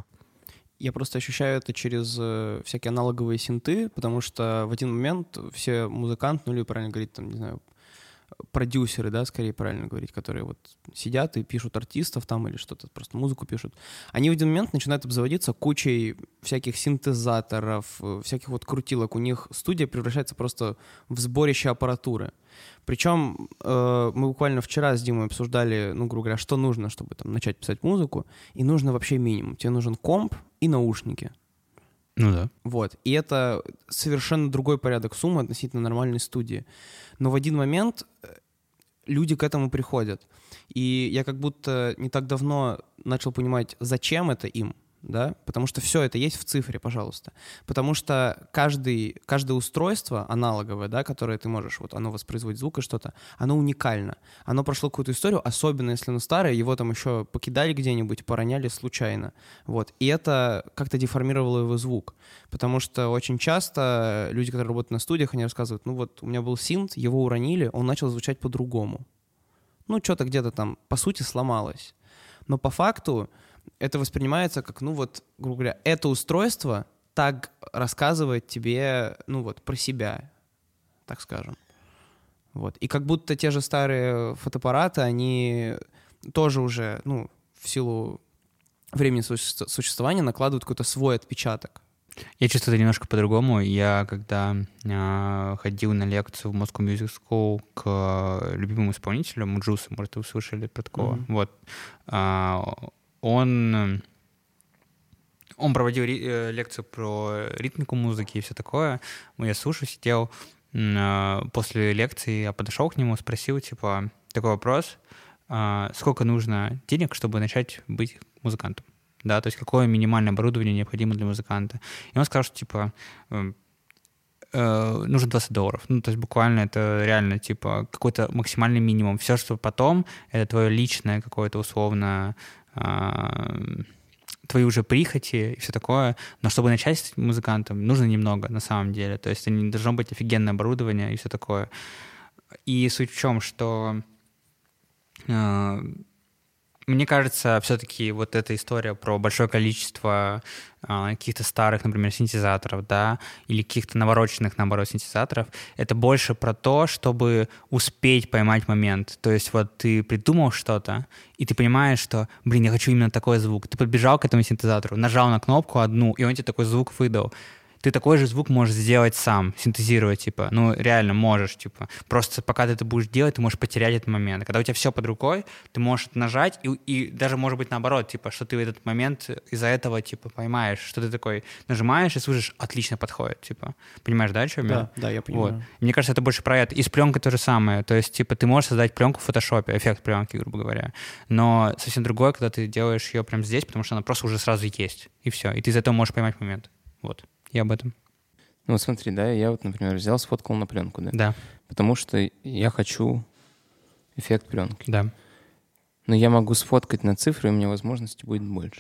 C: Я просто ощущаю это через э, всякие аналоговые синты, потому что в один момент все музыканты, ну, или правильно говорить, там, не знаю, продюсеры, да, скорее правильно говорить, которые вот сидят и пишут артистов там или что-то, просто музыку пишут, они в один момент начинают обзаводиться кучей всяких синтезаторов, всяких вот крутилок. У них студия превращается просто в сборище аппаратуры. Причем э, мы буквально вчера с Димой обсуждали, ну, грубо говоря, что нужно, чтобы там начать писать музыку, и нужно вообще минимум. Тебе нужен комп и наушники.
B: Ну да.
C: Вот. И это совершенно другой порядок суммы относительно нормальной студии. Но в один момент люди к этому приходят. И я как будто не так давно начал понимать, зачем это им, да, потому что все это есть в цифре, пожалуйста. Потому что каждый, каждое устройство аналоговое, да, которое ты можешь, вот оно воспроизводит звук и что-то, оно уникально. Оно прошло какую-то историю, особенно если оно старое, его там еще покидали где-нибудь, пороняли случайно. Вот. И это как-то деформировало его звук. Потому что очень часто люди, которые работают на студиях, они рассказывают, ну вот у меня был синт, его уронили, он начал звучать по-другому. Ну, что-то где-то там, по сути, сломалось. Но по факту это воспринимается как, ну вот, грубо говоря, это устройство так рассказывает тебе, ну вот, про себя, так скажем. Вот. И как будто те же старые фотоаппараты, они тоже уже, ну, в силу времени существования накладывают какой-то свой отпечаток.
B: Я чувствую это немножко по-другому. Я когда э, ходил на лекцию в Moscow Music School к э, любимому исполнителю Муджусу, может, вы слышали про такого, mm-hmm. вот, э, он Он проводил ри- лекцию про ритмику музыки и все такое. Я слушал, сидел. После лекции я подошел к нему, спросил, типа, такой вопрос, сколько нужно денег, чтобы начать быть музыкантом? Да, то есть какое минимальное оборудование необходимо для музыканта? И он сказал, что, типа, нужно двадцать долларов. Ну, то есть буквально это реально, типа, какой-то максимальный минимум. Все, что потом, это твое личное какое-то условно... твои уже прихоти и все такое, но чтобы начать стать музыкантом, нужно немного на самом деле, то есть не должно быть офигенное оборудование и все такое. И суть в чем, что э, мне кажется, все-таки вот эта история про большое количество э, каких-то старых, например, синтезаторов, да, или каких-то навороченных, наоборот, синтезаторов, это больше про то, чтобы успеть поймать момент. То есть вот ты придумал что-то, и ты понимаешь, что, блин, я хочу именно такой звук. Ты подбежал к этому синтезатору, нажал на кнопку одну, и он тебе такой звук выдал. Ты такой же звук можешь сделать сам, синтезировать, типа, ну, реально можешь, типа. Просто пока ты это будешь делать, ты можешь потерять этот момент. Когда у тебя все под рукой, ты можешь нажать, и, и даже, может быть, наоборот, типа, что ты в этот момент из-за этого, типа, поймаешь, что ты такой нажимаешь и слышишь, отлично подходит, типа. Понимаешь, да, о чем я?
C: Да, да, я понимаю.
B: Вот. Мне кажется, это больше про это. И с пленкой то же самое. То есть, типа, ты можешь создать пленку в фотошопе, эффект пленки, грубо говоря. Но совсем другое, когда ты делаешь ее прямо здесь, потому что она просто уже сразу есть. И все. И ты из этого можешь поймать момент. Вот. Я об этом.
A: Ну вот смотри, да, я вот, например, взял, сфоткал на пленку, да?
B: Да.
A: Потому что я хочу эффект пленки.
B: Да.
A: Но я могу сфоткать на цифры, и у меня возможностей будет больше.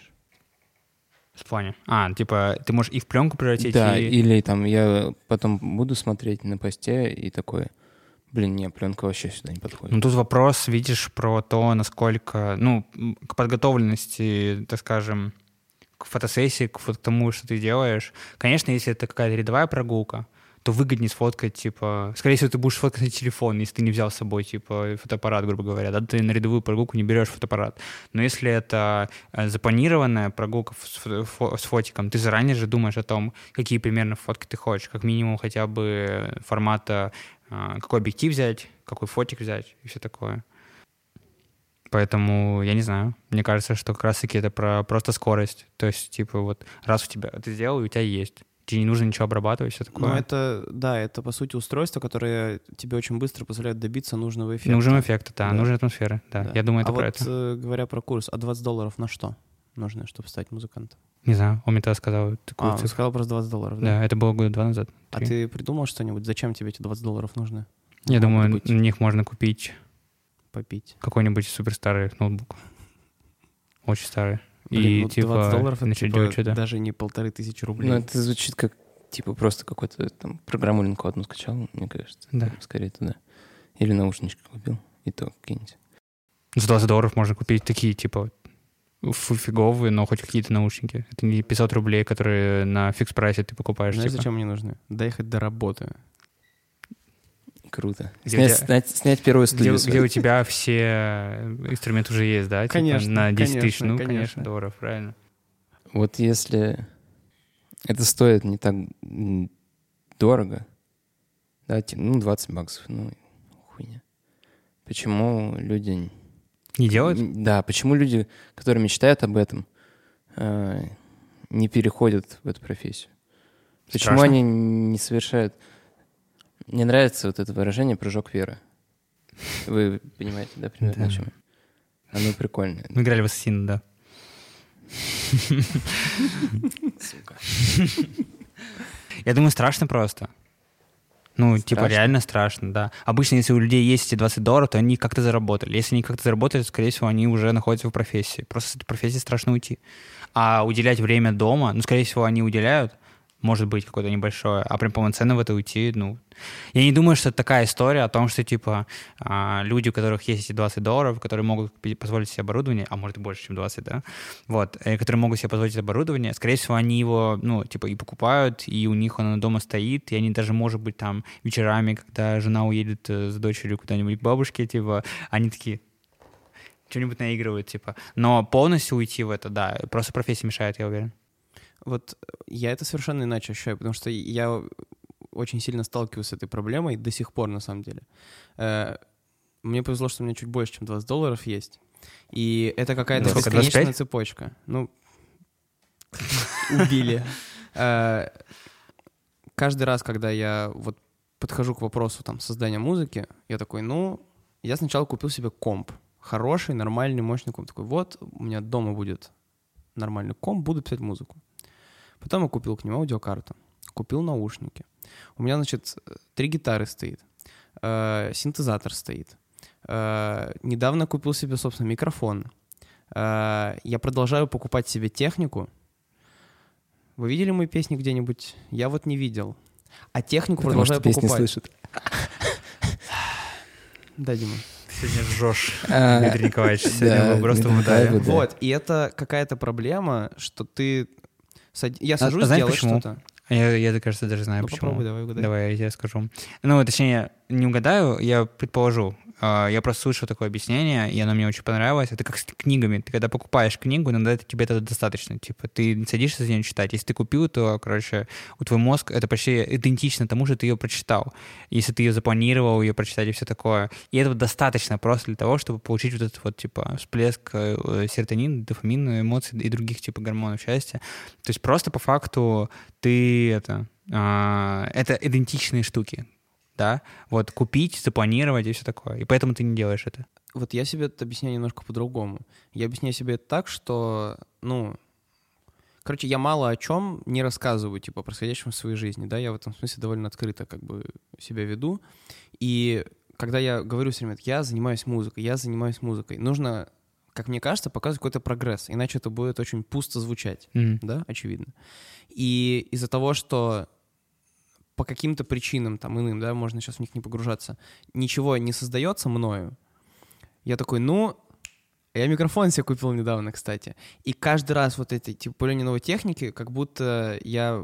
B: В плане? А, типа, ты можешь и в пленку превратить,
A: да,
B: и...
A: или там я потом буду смотреть на посте и такое, блин, не, пленка вообще сюда не подходит.
B: Ну, тут вопрос, видишь, про то, насколько, ну, к подготовленности, так скажем, к фотосессии, к, вот, к тому, что ты делаешь. Конечно, если это какая-то рядовая прогулка, то выгоднее сфоткать, типа... Скорее всего, ты будешь фоткать на телефон, если ты не взял с собой, типа, фотоаппарат, грубо говоря. Да, ты на рядовую прогулку не берешь фотоаппарат. Но если это запланированная прогулка с, фо- с фотиком, ты заранее же думаешь о том, какие примерно фотки ты хочешь. Как минимум хотя бы формата, какой объектив взять, какой фотик взять и все такое. Поэтому, я не знаю, мне кажется, что как раз-таки это про просто скорость. То есть, типа, вот раз у тебя ты сделал, и у тебя есть. Тебе не нужно ничего обрабатывать, все такое.
C: Ну, это, да, это, по сути, устройство, которое тебе очень быстро позволяет добиться нужного эффекта.
B: Нужного эффекта, да,
C: да.
B: нужной атмосферы, да.
C: да.
B: Я думаю, это
C: а
B: про
C: вот,
B: это.
C: А вот, говоря про курс, а двадцать долларов на что нужно, чтобы стать музыкантом?
B: Не знаю, он мне тогда сказал такую
C: А, он
B: цифру.
C: сказал просто двадцать долларов, да?
B: Да, это было года два назад.
C: А
B: три.
C: ты придумал что-нибудь? Зачем тебе эти двадцать долларов нужны?
B: Я
C: Могут
B: думаю,
C: быть
B: на них можно купить
C: попить.
B: какой-нибудь суперстарый ноутбук. Очень старый.
C: Блин,
B: и,
C: вот
B: типа,
C: двадцать долларов — это
B: начать
C: типа
B: делать что-то.
C: даже не полторы тысячи рублей.
A: Ну, это звучит как, типа, просто какой-то там программу линку одну скачал, мне кажется.
B: Да.
A: Скорее туда. Или наушнички купил, и то какие-нибудь.
B: За двадцать долларов можно купить такие, типа, фу- фиговые, но хоть какие-то наушники. Это не пятьсот рублей, которые на фикс-прайсе ты покупаешь.
C: Знаешь,
B: типа.
C: зачем мне нужны? Доехать до работы.
A: Круто.
B: Где
A: Снять,
B: у тебя-
A: снять, снять первую
B: Где,
A: студию.
B: где у тебя все инструменты уже есть, да? Типа,
C: Конечно,
B: на десять тысяч,
C: конечно,
B: ну,
C: конечно.
B: конечно, долларов, правильно.
A: Вот если это стоит не так м, дорого, да, ти- ну, двадцать баксов, ну, хуйня. Почему люди...
B: Не делают?
A: м, Да, почему люди, которые мечтают об этом, э, не переходят в эту профессию? Почему
B: Страшно?
A: они не совершают... Мне нравится вот это выражение «прыжок веры». Вы понимаете, да, примерно о
B: Да.
A: чем? Оно прикольное.
B: Мы играли в Ассасина, да.
A: Сука.
B: Я думаю, страшно просто. Ну, типа,
A: Страшно?
B: реально страшно, да. Обычно, если у людей есть эти двадцать долларов, то они как-то заработали. Если они как-то заработали, то, скорее всего, они уже находятся в профессии. Просто с этой профессии страшно уйти. А уделять время дома, ну, скорее всего, они уделяют, может быть, какое-то небольшое, а прям полноценно в это уйти, ну... Я не думаю, что это такая история о том, что, типа, а, люди, у которых есть эти двадцать долларов, которые могут купить- позволить себе оборудование, а может и больше, чем двадцать, да, вот, э, которые могут себе позволить это оборудование, скорее всего, они его, ну, типа, и покупают, и у них оно дома стоит, и они даже, может быть, там, вечерами, когда жена уедет э, с дочерью куда-нибудь к бабушке, типа, они такие... Что-нибудь наигрывают, типа. Но полностью уйти в это, да, просто профессия мешает, я уверен.
C: Вот я это совершенно иначе ощущаю, потому что я очень сильно сталкиваюсь с этой проблемой до сих пор, на самом деле. Э, Мне повезло, что у меня чуть больше, чем двадцать долларов есть. И это какая-то
B: Сколько,
C: бесконечная
B: двадцать пять?
C: цепочка. Ну, Убили. Э, Каждый раз, когда я вот подхожу к вопросу там создания музыки, я такой, ну, я сначала купил себе комп. Хороший, нормальный, мощный комп. Такой, вот, у меня дома будет нормальный комп, буду писать музыку. Потом я купил к нему аудиокарту, купил наушники. У меня, значит, три гитары стоит, э, синтезатор стоит. Э, недавно купил себе, собственно, микрофон. Э, я продолжаю покупать себе технику. Вы видели мои песни где-нибудь? Я вот не видел. А технику
A: Потому
C: продолжаю
A: что песни
C: покупать.
A: слышат.
C: Да, Дима.
B: Сегодня жжешь,
A: А,
B: Дмитрий Николаевич.
A: да,
B: Сегодня вы просто
A: Дмитрий
B: ударили.
A: Николаевич, да.
C: Вот, и это какая-то проблема, что ты... сад- Я
B: А-
C: сажусь
B: а знаешь
C: делать
B: почему?
C: что-то.
B: Я, я, кажется, даже знаю,
C: Ну,
B: почему.
C: попробуй, давай угадай.
B: Давай, я тебе скажу. Ну, точнее, не угадаю, я предположу. А, Я просто слышал такое объяснение, и оно мне очень понравилось. Это как с книгами. Ты когда покупаешь книгу, иногда это, тебе это достаточно. Типа, ты садишься за нее читать. Если ты купил, то, короче, у твой мозг это почти идентично тому, что ты ее прочитал. Если ты ее запланировал, ее прочитать и все такое. И этого достаточно просто для того, чтобы получить вот этот вот, типа, всплеск э, серотонина, дофамина, эмоций и других, типа, гормонов счастья. То есть просто по факту ты это... а, это идентичные штуки. Да, вот купить, запланировать и все такое. И поэтому ты не делаешь это.
C: Вот я себе это объясняю немножко по-другому. Я объясняю себе это так, что, ну, короче, я мало о чем не рассказываю, типа, о происходящем в своей жизни, да, я в этом смысле довольно открыто, как бы, себя веду. И когда я говорю все время, я занимаюсь музыкой, я занимаюсь музыкой, нужно, как мне кажется, показывать какой-то прогресс, иначе это будет очень пусто звучать,
B: Mm.
C: да, очевидно. И из-за того, что по каким-то причинам, там, иным, да, можно сейчас в них не погружаться, ничего не создается мною, я такой, ну, я микрофон себе купил недавно, кстати, и каждый раз вот эти, типа, появление новой техники, как будто я,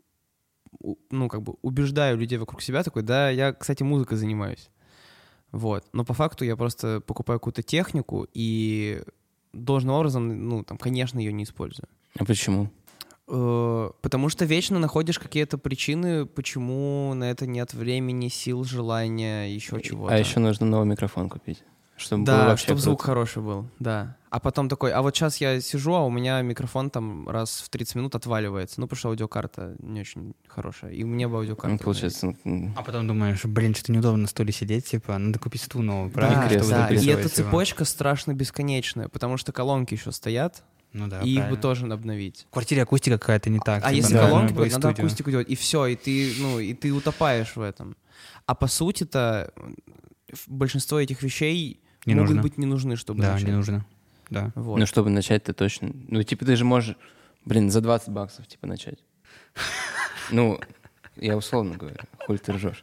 C: ну, как бы убеждаю людей вокруг себя, такой, да, я, кстати, музыкой занимаюсь, вот, но по факту я просто покупаю какую-то технику и должным образом, ну, там, конечно, ее не использую.
A: А почему?
C: Потому что вечно находишь какие-то причины, почему на это нет времени, сил, желания, еще чего-то.
A: А еще нужно новый микрофон купить, чтобы было
C: Да,
A: вообще
C: чтобы звук
A: круто.
C: хороший был, да. А потом такой, а вот сейчас я сижу, а у меня микрофон там раз в тридцать минут отваливается. Ну, потому что аудиокарта не очень хорошая. И мне бы аудиокарта.
A: Ну, получается, ну,
B: А потом думаешь, блин, что-то неудобно на стуле сидеть, типа, надо купить стул новый,
C: Да,
B: правильно?
A: кресло
B: чтобы
C: да. И
B: записывать,
C: эта
B: типа.
C: цепочка страшно бесконечная, потому что колонки еще стоят,
B: Ну да,
C: и их бы
B: правильно.
C: тоже обновить.
B: В квартире акустика какая-то не так.
C: А
B: типа,
C: если
A: да,
C: колонки,
B: нужно бы и
C: надо
B: студию.
C: акустику делать, и все, и ты, ну, и ты утопаешь в этом. А по сути-то большинство этих вещей
B: Не
C: могут
B: нужно.
C: быть не нужны, чтобы
B: Да,
C: начать.
B: не нужно. Да.
C: Вот.
A: ну, чтобы начать, ты точно... Ну, типа, ты же можешь, блин, за двадцать баксов, типа, начать. Ну, я условно говорю, хуй ты ржешь.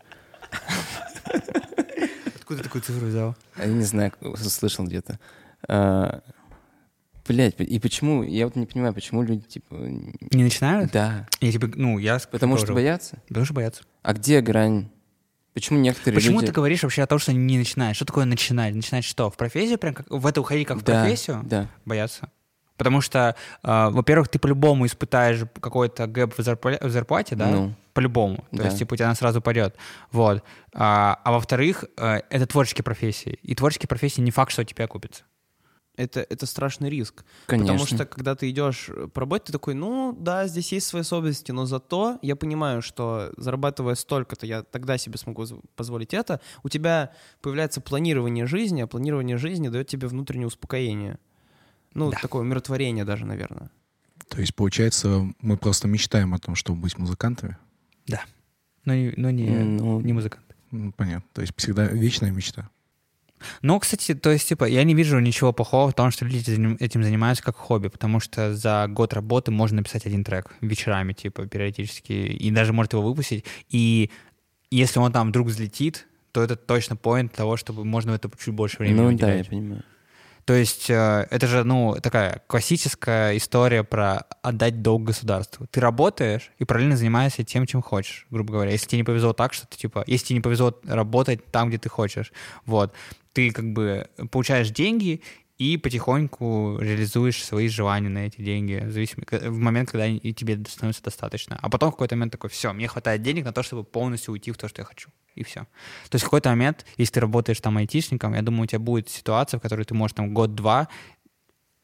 B: Откуда такую цифру взял?
A: Я не знаю, слышал где-то. А, блядь, и почему, я вот не понимаю, почему люди, типа...
B: Не начинают?
A: Да,
B: Я типа, ну, я...
A: потому что
B: тоже.
A: боятся.
B: Потому что боятся.
A: А где грань? Почему некоторые
B: Почему
A: люди...
B: ты говоришь вообще о том, что не начинаешь? Что такое начинать? Начинать что? В профессию прям? Как, в это уходить как в
A: Да,
B: профессию?
A: да.
B: Бояться. Потому что, э, во-первых, ты по-любому испытаешь какой-то гэп в, зарпла- в зарплате, да?
A: Ну,
B: По-любому. То
A: да.
B: есть, типа, у тебя она сразу пойдет. Вот. А, а во-вторых, э, это творческие профессии. И творческие профессии не факт, что у тебя окупятся.
C: Это, это страшный риск.
A: конечно.
C: Потому что, когда ты идешь по работе, ты такой, ну, да, здесь есть свои особенности, но зато я понимаю, что зарабатывая столько-то, я тогда себе смогу позволить это. У тебя появляется планирование жизни, а планирование жизни дает тебе внутреннее успокоение. Ну,
B: Да.
C: такое умиротворение даже, наверное.
D: То есть, получается, мы просто мечтаем о том, чтобы быть музыкантами?
B: Но, не, но не,
A: Ну,
B: не музыкант.
D: Ну, понятно. То есть всегда вечная мечта.
B: Ну, кстати, то есть, типа, я не вижу ничего плохого в том, что люди заним- этим занимаются как хобби, потому что за год работы можно написать один трек вечерами, типа, периодически, и даже может его выпустить. И если он там вдруг взлетит, то это точно поинт того, чтобы можно в это чуть больше времени
A: Ну, да,
B: уделять.
A: я понимаю.
B: То есть э, это же, ну, такая классическая история про отдать долг государству. Ты работаешь и параллельно занимаешься тем, чем хочешь, грубо говоря. Если тебе не повезло так, что ты, типа, если тебе не повезло работать там, где ты хочешь, вот, ты как бы получаешь деньги и потихоньку реализуешь свои желания на эти деньги в, зависимости, в момент, когда и тебе становится достаточно. А потом в какой-то момент такой, все, мне хватает денег на то, чтобы полностью уйти в то, что я хочу. И все. То есть в какой-то момент, если ты работаешь там айтишником, я думаю, у тебя будет ситуация, в которой ты можешь там год-два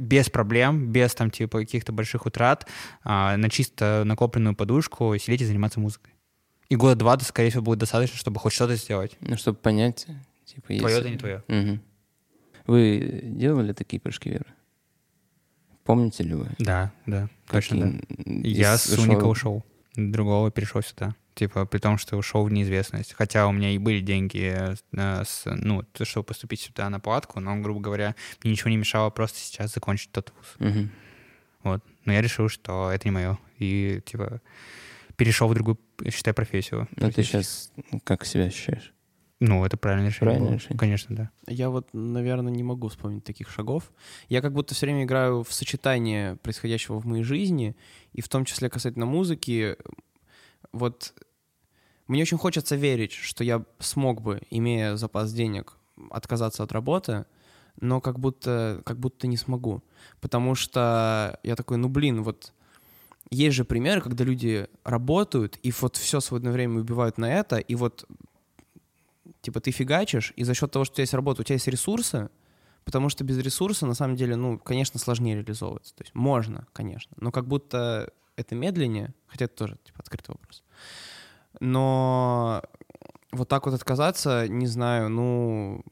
B: без проблем, без там типа каких-то больших утрат, а, на чисто накопленную подушку сидеть и заниматься музыкой. И года два-то, скорее всего, будет достаточно, чтобы хоть что-то сделать.
A: Ну, чтобы понять, типа,
B: Твое
A: если...
B: это не твое.
A: Угу. Вы делали такие прыжки веры? Помните ли вы?
B: Да, да, точно,
A: Какие?
B: да. Я
A: Из-
B: с Уника ушел, другого перешел сюда. Типа, при том, что ушел в неизвестность. Хотя у меня и были деньги, э, с, ну, то, чтобы поступить сюда на платку, но, грубо говоря, мне ничего не мешало просто сейчас закончить тот вуз.
A: Угу.
B: Вот. Но я решил, что это не мое. И, типа, перешел в другую, считай, профессию.
A: Ну, ты сейчас как себя ощущаешь?
B: Ну, это правильное решение.
A: Правильное
B: было.
A: решение.
B: Конечно, да.
C: Я вот, наверное, не могу вспомнить таких шагов. Я как будто все время играю в сочетание происходящего в моей жизни, и в том числе касательно музыки. Вот мне очень хочется верить, что я смог бы, имея запас денег, отказаться от работы, но как будто, как будто не смогу. Потому что я такой, ну блин, вот есть же примеры, когда люди работают и вот все свободное время убивают на это, и вот типа ты фигачишь, и за счет того, что у тебя есть работа, у тебя есть ресурсы, потому что без ресурса, на самом деле, ну, конечно, сложнее реализовываться. То есть можно, конечно, но как будто это медленнее, хотя это тоже, типа, открытый вопрос. Но вот так вот отказаться, не знаю, ну,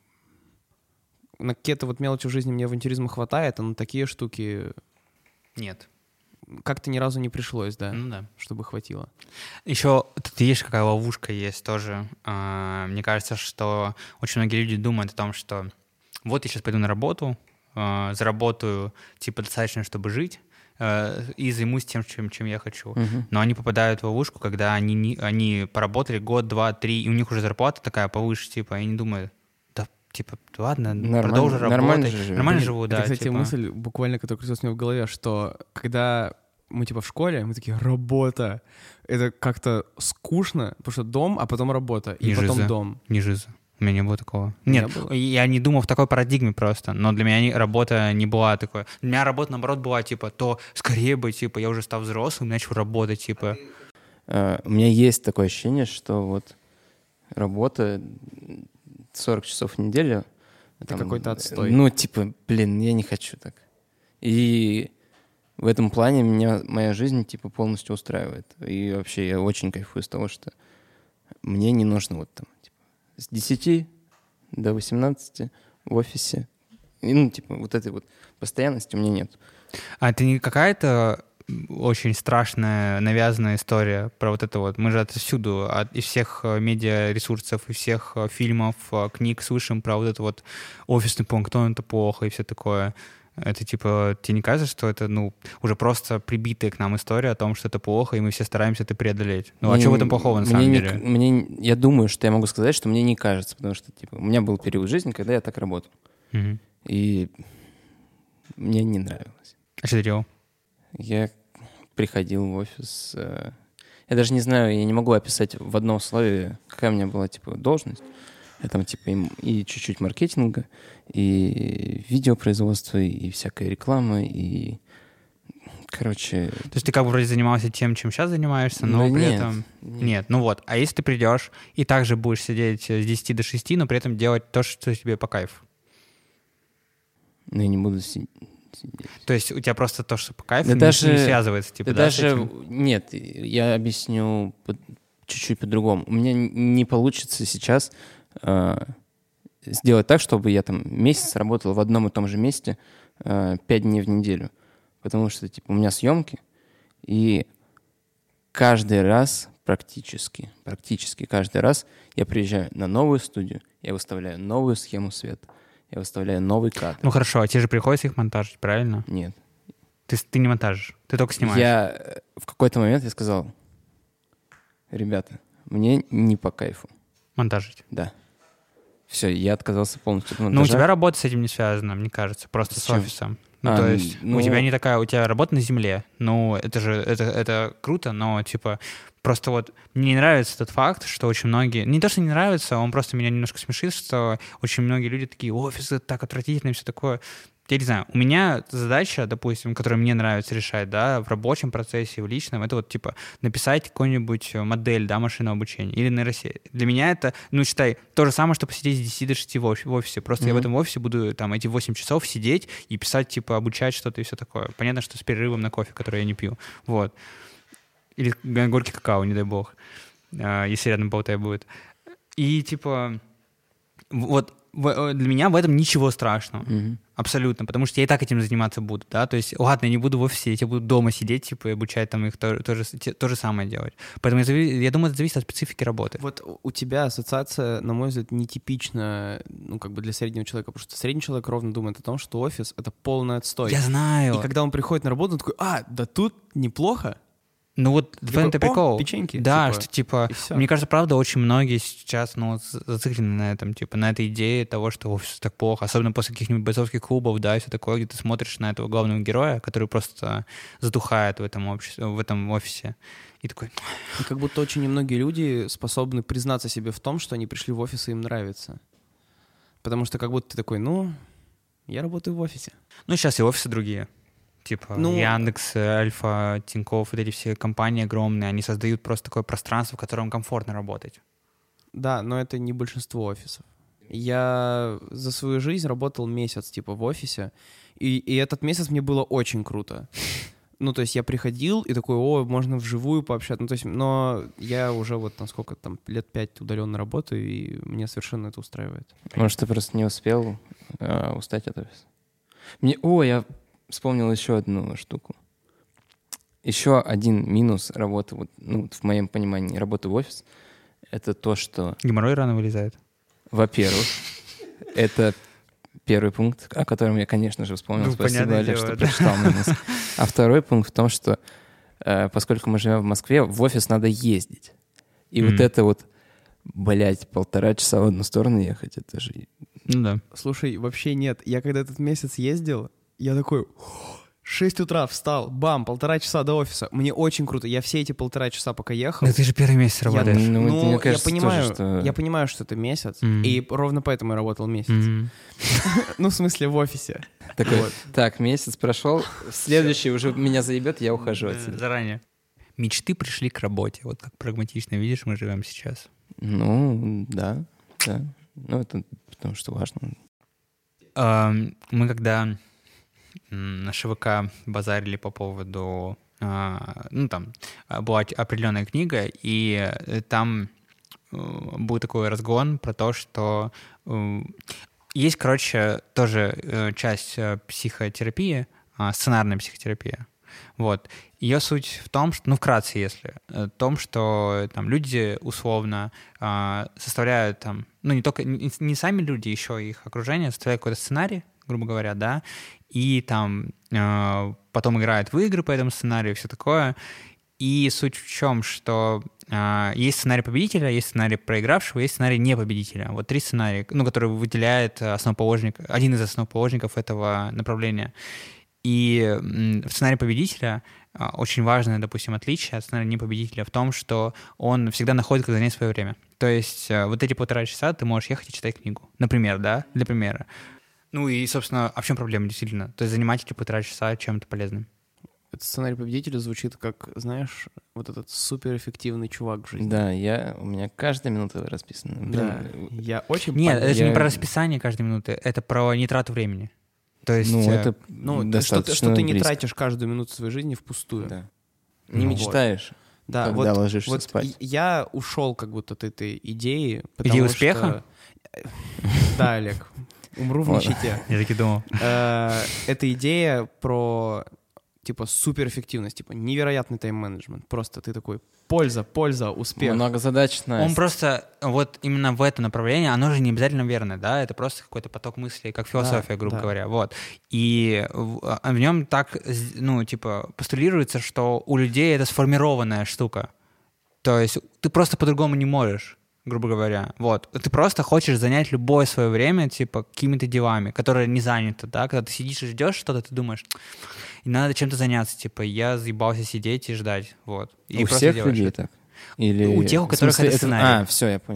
C: на какие-то вот мелочи в жизни мне авантюризма хватает, а на такие штуки
B: Нет.
C: как-то ни разу не пришлось, да,
B: Ну да.
C: чтобы хватило.
B: Еще тут видишь, какая ловушка есть тоже. А, Мне кажется, что очень многие люди думают о том, что вот я сейчас пойду на работу, а, заработаю типа достаточно, чтобы жить, а, и займусь тем, чем, чем я хочу.
A: Угу.
B: Но они попадают в ловушку, когда они, не- они поработали год, два, три, и у них уже зарплата такая повыше, типа, и они думают, да, типа, ладно,
A: Нормально-
B: продолжу работать.
A: нормально же живем.
B: Нормально
C: Блин,
B: живу,
C: это,
B: да.
C: кстати,
B: типа.
C: мысль буквально, которая крутилась у меня в голове, что когда мы типа в школе, мы такие, работа, это как-то скучно, потому что дом, а потом работа, и
B: Не
C: потом
B: жиза.
C: дом.
B: Не жиза. У меня не было такого.
C: Не
B: Нет,
C: было?
B: я не думал в такой парадигме просто, но для меня не- работа не была такой. Для меня работа, наоборот, была, типа, то скорее бы, типа, я уже стал взрослым, начал работать, типа.
A: А, у меня есть такое ощущение, что вот работа сорок часов в неделю...
C: Это какой-то отстой.
A: Ну, типа, блин, я не хочу так. И в этом плане меня моя жизнь, типа, полностью устраивает. И вообще я очень кайфую с того, что мне не нужно вот там, типа, с десяти до восемнадцати в офисе. И, ну, типа, вот этой вот постоянности у меня нет.
B: А это не какая-то очень страшная, навязанная история про вот это вот? Мы же отсюда, от, из всех э, медиаресурсов, из всех э, фильмов, э, книг слышим про вот это вот офисный планктон, это плохо и все такое. Это типа, тебе не кажется, что это, ну, уже просто прибитая к нам история о том, что это плохо, и мы все стараемся это преодолеть? Ну, а
A: Мне-
B: что в этом плохого на
A: мне
B: самом
A: не-
B: деле?
A: Мне, я думаю, что я могу сказать, что мне не кажется, потому что, типа, у меня был период жизни, когда я так работал.
B: Мгм.
A: И мне не нравилось.
B: А что ты делал?
A: Я приходил в офис. э, Я даже не знаю, я не могу описать в одном слове, какая у меня была, типа, должность. Я там, типа, и, и чуть-чуть маркетинга, и видеопроизводства, и всякая реклама, и... Короче...
B: То есть ты как бы вроде занимался тем, чем сейчас занимаешься, но
A: ну,
B: при
A: нет,
B: этом...
A: нет.
B: Нет, ну вот. А если ты придешь и также будешь сидеть с десяти до шести, но при этом делать то, что тебе по кайфу?
A: Ну, я не буду си- сидеть.
B: То есть у тебя просто то, что по кайфу,
A: Да
B: не,
A: даже-
B: не связывается, типа,
A: Да
B: да, с
A: даже...
B: этим?
A: Нет, я объясню по- чуть-чуть по-другому. У меня не получится сейчас э, сделать так, чтобы я там месяц работал в одном и том же месте э, пять дней в неделю. Потому что, типа, у меня съемки, и каждый раз, практически, практически каждый раз я приезжаю на новую студию, я выставляю новую схему света, я выставляю новый кадр.
B: Ну хорошо, а тебе же приходится их монтажить, правильно?
A: Нет.
B: Ты, ты не монтажишь, ты только снимаешь.
A: Я э, в какой-то момент я сказал, ребята, мне не по кайфу.
B: Монтажить.
A: Да. Все, я отказался полностью от
B: Ну, у
A: монтажа.
B: тебя работа с этим не связана, мне кажется, просто
A: С
B: с,
A: чем?
B: офисом. Ну,
A: А,
B: то есть
A: ну-
B: у тебя не такая, у тебя работа на земле. Ну, это же, это, это круто, но, типа, просто вот мне не нравится тот факт, что очень многие... Не то, что не нравится, он просто меня немножко смешит, что очень многие люди такие, офис, это так отвратительно и все такое. я не знаю, у меня задача, допустим, которую мне нравится решать, да, в рабочем процессе, в личном, это вот, типа, написать какую-нибудь модель, да, машинного обучения или нейросеть. Для меня это, ну, считай, то же самое, что посидеть с десяти до шести в офисе. Просто mm-hmm. я в этом офисе буду, там, эти восемь часов сидеть и писать, типа, обучать что-то и все такое. Понятно, что с перерывом на кофе, который я не пью. Вот. Или горький какао, не дай бог, если рядом болтай будет. И, типа, вот для меня в этом ничего страшного. Mm-hmm. Абсолютно, потому что я и так этим заниматься буду, да, то есть, ладно, я не буду в офисе, я буду дома сидеть, типа, и обучать там их то, то, же, то же самое делать. Поэтому я, я думаю, это зависит от специфики работы.
C: Вот у тебя ассоциация, на мой взгляд, нетипична, ну, как бы для среднего человека, потому что средний человек ровно думает о том, что офис — это полный отстой.
B: Я знаю.
C: И когда он приходит на работу, он такой: а, да тут неплохо.
B: Ну вот в этом это прикол.
C: Печеньки.
B: Да,
C: типа,
B: что типа, мне кажется, правда, очень многие сейчас, ну, зациклены на этом, типа, на этой идее того, что офис так плохо, особенно после каких-нибудь бойцовских клубов, да, и все такое, где ты смотришь на этого главного героя, который просто затухает в этом, обществе, в этом офисе. И такой...
C: И как будто очень немногие люди способны признаться себе в том, что они пришли в офис и им нравится. Потому что как будто ты такой: ну, я работаю в офисе.
B: Ну, сейчас и офисы другие. Типа ну, Яндекс, Альфа, Тинькофф, вот эти все компании огромные, они создают просто такое пространство, в котором комфортно работать.
C: Да, но это не большинство офисов. Я за свою жизнь работал месяц, типа, в офисе, и, и этот месяц мне было очень круто. Ну, то есть я приходил и такой: о, можно вживую пообщаться. Ну, то есть, но я уже вот, насколько там, лет пять удаленно работаю, и мне совершенно это устраивает.
A: Может, ты просто не успел а, устать от офиса? Мне... О, я... вспомнил еще одну штуку. Еще один минус работы, вот, ну, в моем понимании, работы в офис, это то, что...
B: Геморрой рано вылезает.
A: Во-первых, это первый пункт, о котором я, конечно же, вспомнил.
B: Ну,
A: Спасибо, Оля,
B: дело,
A: что
B: да.
A: прочитал минус. А второй пункт в том, что э, поскольку мы живем в Москве, в офис надо ездить. И mm-hmm. вот это вот, блядь, полтора часа в одну сторону ехать, это же...
B: Ну да.
C: Слушай, вообще нет. Я когда этот месяц ездил, я такой: шесть утра встал, бам, полтора часа до офиса. Мне очень круто. Я все эти полтора часа, пока ехал...
B: Ну ты же первый месяц работаешь.
C: Я,
A: ну,
C: ну,
A: мне кажется,
C: я понимаю,
A: тоже, что...
C: я понимаю, что это месяц,
B: Mm.
C: и ровно поэтому я работал месяц.
B: Mm.
C: Ну, в смысле, в офисе.
A: Такой,
C: Вот.
A: так, месяц прошел, следующий уже меня заебет, я ухожу отсюда.
B: Заранее. Мечты пришли к работе. Вот как прагматично, видишь, мы живем сейчас.
A: Ну, да, да. Ну, это потому что важно.
B: Uh, мы когда на ШВК базарили по поводу... Uh, ну, там была определенная книга, и там uh, был такой разгон про то, что uh, есть, короче, тоже uh, часть uh, психотерапии, uh, сценарная психотерапия. Вот. Ее суть в том, что, ну, вкратце, если, в том, что там люди условно э, составляют там, ну, не только, не, не сами люди, еще их окружение составляют какой-то сценарий, грубо говоря, да, и там э, потом играют в игры по этому сценарию, все такое. И суть в чем, что э, есть сценарий победителя, есть сценарий проигравшего, есть сценарий непобедителя. Вот три сценария, ну, которые выделяет основоположник, один из основоположников этого направления. И в сценарии победителя очень важное, допустим, отличие от сценария непобедителя в том, что он всегда находит, как занять свое время. То есть вот эти полтора часа ты можешь ехать и читать книгу. Например, да, для примера. Ну и, собственно, а в чем проблема действительно? То есть занимать эти полтора часа чем-то полезным.
C: Этот сценарий победителя звучит как, знаешь, вот этот суперэффективный чувак в жизни.
A: Да, я, у меня каждая минута расписана.
C: Да,
A: Блин,
C: я очень...
B: Нет,
C: понятен.
B: это же
A: я...
B: не про расписание каждой минуты, это про нетрату времени. То есть...
A: Ну, это
C: ну,
A: достаточно
C: что, ты, что ты не
A: близко.
C: тратишь каждую минуту своей жизни впустую.
A: Да. Не
C: Ну,
A: мечтаешь,
C: Да,
A: когда
C: вот,
A: ложишься
C: вот
A: спать.
C: Я ушел как будто от этой идеи.
B: Идея успеха?
C: Что... Да, Олег, умру в нищете.
B: Я таки думал.
C: Это идея про типа суперэффективность, типа невероятный тайм-менеджмент. Просто ты такой: польза, польза, успех.
A: Многозадачность.
B: Он просто вот именно в это направление, оно же не обязательно верное, да, это просто какой-то поток мыслей, как философия,
C: Да,
B: грубо
C: да.
B: говоря, вот. И в, в нем так, ну, типа, постулируется, что у людей это сформированная штука. То есть ты просто по-другому не можешь, грубо говоря. Вот. Ты просто хочешь занять любое свое время, типа, какими-то делами, которые не заняты, да, когда ты сидишь и ждешь что-то, ты думаешь, и надо чем-то заняться, типа, я заебался сидеть и ждать, вот. И
A: у
B: просто
A: всех
B: делаешь
A: людей
B: это.
A: так? Или...
B: У тех, у
A: в
B: которых
A: смысле,
B: это сценарий.
A: А, все, я понял.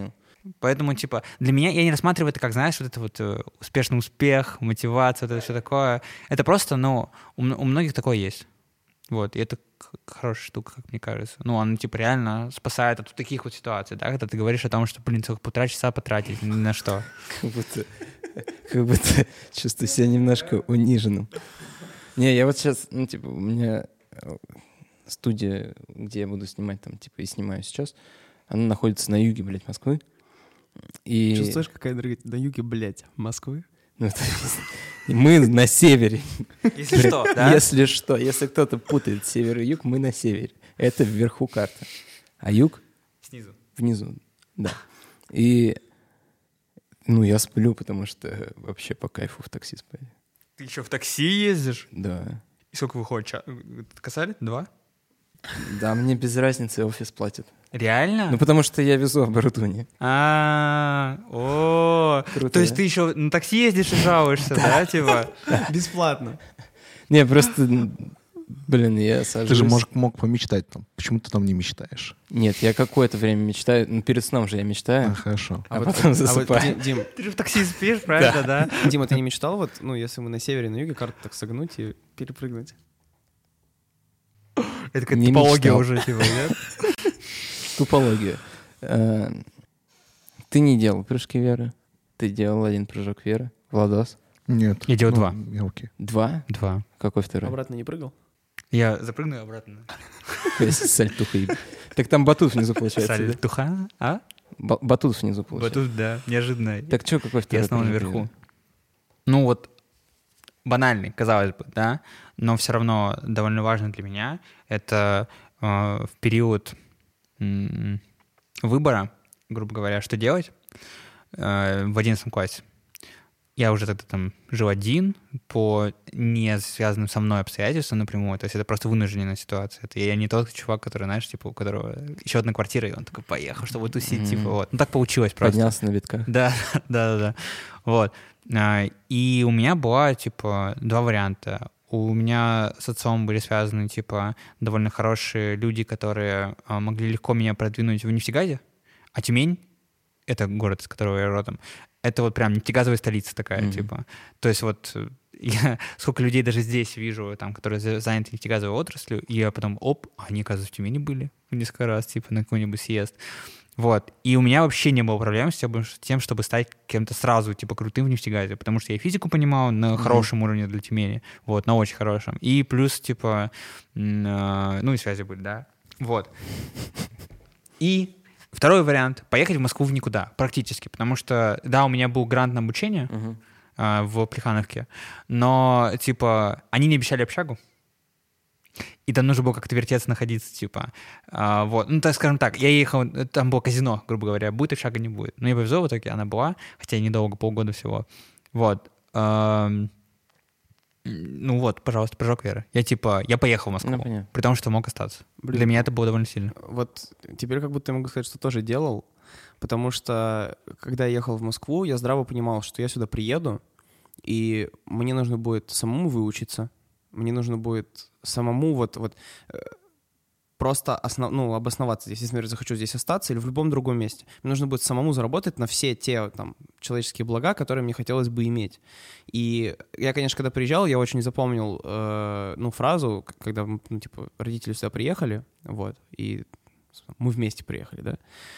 B: Поэтому, типа, для меня, я не рассматриваю это как, знаешь, вот это вот э, успешный успех, мотивация, вот это все такое. Это просто, ну, у, м- у многих такое есть. Вот, и это к- хорошая штука, как мне кажется. Ну, она, типа, реально спасает от таких вот ситуаций, да, когда ты говоришь о том, что, блин, целых полтора часа потратить ни на что.
A: Как будто, как будто чувствую себя немножко униженным. Не, я вот сейчас, ну, типа, у меня э, студия, где я буду снимать, там, типа, и снимаю сейчас, она находится на юге, блядь, Москвы. И...
C: Чувствуешь, какая энергия на юге, блядь, Москвы?
A: Ну, то есть мы на севере.
B: Если что, да?
A: Если что, если кто-то путает север и юг, мы на севере. Это вверху карта. А юг
B: Снизу.
A: внизу, да. И, ну, я сплю, потому что вообще по кайфу в такси спать.
B: Ты еще в такси ездишь?
A: Да.
B: И сколько выходит? Ча- Косарь? Два?
A: Да, мне без разницы, офис платит.
B: Реально?
A: Ну, потому что я везу оборудование.
B: А, о,
A: Круто,
B: то есть
A: да?
B: ты еще на такси ездишь и жалуешься, да, типа?
C: Бесплатно.
A: Не, просто, блин, я сажусь.
D: Ты же мож- мог помечтать там. Почему ты там не мечтаешь?
A: Нет, я какое-то время мечтаю, ну, перед сном же я
D: А,
A: мечтаю,
D: хорошо.
A: а,
C: вот-
A: потом
C: а вот,
A: засыпаю.
C: Ди- Дим,
B: Ты же в такси спишь, правильно, да?
C: Дима, ты не мечтал, вот, ну, если мы на севере, на юге, карту так согнуть и перепрыгнуть?
B: Это какая-то
A: Не
B: топология
A: мечтал.
B: уже, типа, нет?
A: Тупологию. Э, Ты не делал прыжки веры. Ты делал один прыжок веры. Владос.
D: Нет.
B: Я делаю
D: ну,
B: два.
D: Я окей.
A: Два?
B: Два.
A: Какой второй?
C: Обратно не прыгал?
B: Я запрыгну и обратно.
A: С сальтухой. Так там батут внизу получается, да?
B: Сальтуха? А?
A: Ба- Батут внизу получается.
B: Батут, да, неожиданно.
A: Так что, какой второй?
B: Я снова
A: прыжок
B: наверху.
A: веры?
B: Ну вот, банальный, казалось бы, да, но все равно довольно важно для меня. Это э, в период м, выбора, грубо говоря, что делать э, в одиннадцатом классе. Я уже тогда там жил один по не связанным со мной обстоятельствам напрямую. То есть это просто вынужденная ситуация. Это я не тот чувак, который, знаешь, типа, у которого еще одна квартира, и он такой поехал, чтобы тусить,
A: Мгм.
B: типа, вот. Ну так получилось просто.
A: Поднялся на битках.
B: Да, да, да, да. Вот. А, И у меня была, типа, два варианта. У меня с отцом были связаны, типа, довольно хорошие люди, которые а, могли легко меня продвинуть в нефтегазе. А Тюмень — это город, из которого я родом, это вот прям нефтегазовая столица такая,
A: Мгм.
B: типа. То есть вот э, я сколько людей даже здесь вижу, там, которые за- заняты нефтегазовой отраслью, и я потом, оп, а они, оказывается, в Тюмени были несколько раз, типа, на какой-нибудь съезд. Вот. И у меня вообще не было проблем с тем, тем, чтобы стать кем-то сразу, типа, крутым в нефтегазе, потому что я физику понимал на хорошем уровне для Тюмени, вот, на очень хорошем. И плюс, типа, м, э, ну и связи были, да. Вот. И второй вариант — поехать в Москву в никуда, практически, потому что, да, у меня был грант на обучение
A: Мгм.
B: а, в Плехановке, но, типа, они не обещали общагу, и там нужно было как-то вертеться, находиться, типа, а, вот, ну, так скажем так, я ехал, там было казино, грубо говоря, будет общага, не будет, но мне повезло, в итоге она была, хотя и недолго, полгода всего, вот, Ам, ну вот, пожалуйста, прыжок веры. Я, типа, я поехал в Москву,
A: Ну, понятно.
B: при том, что мог остаться.
C: Блин.
B: Для меня это было довольно сильно.
C: Вот теперь как будто я могу сказать, что тоже делал, потому что когда я ехал в Москву, я здраво понимал, что я сюда приеду, и мне нужно будет самому выучиться, мне нужно будет самому вот, вот э, просто основ, ну, обосноваться здесь, если я захочу здесь остаться или в любом другом месте. Мне нужно будет самому заработать на все те там человеческие блага, которые мне хотелось бы иметь. И я, конечно, когда приезжал, я очень запомнил э, ну, фразу, к- когда ну, типа, родители сюда приехали, вот, и мы вместе приехали, да.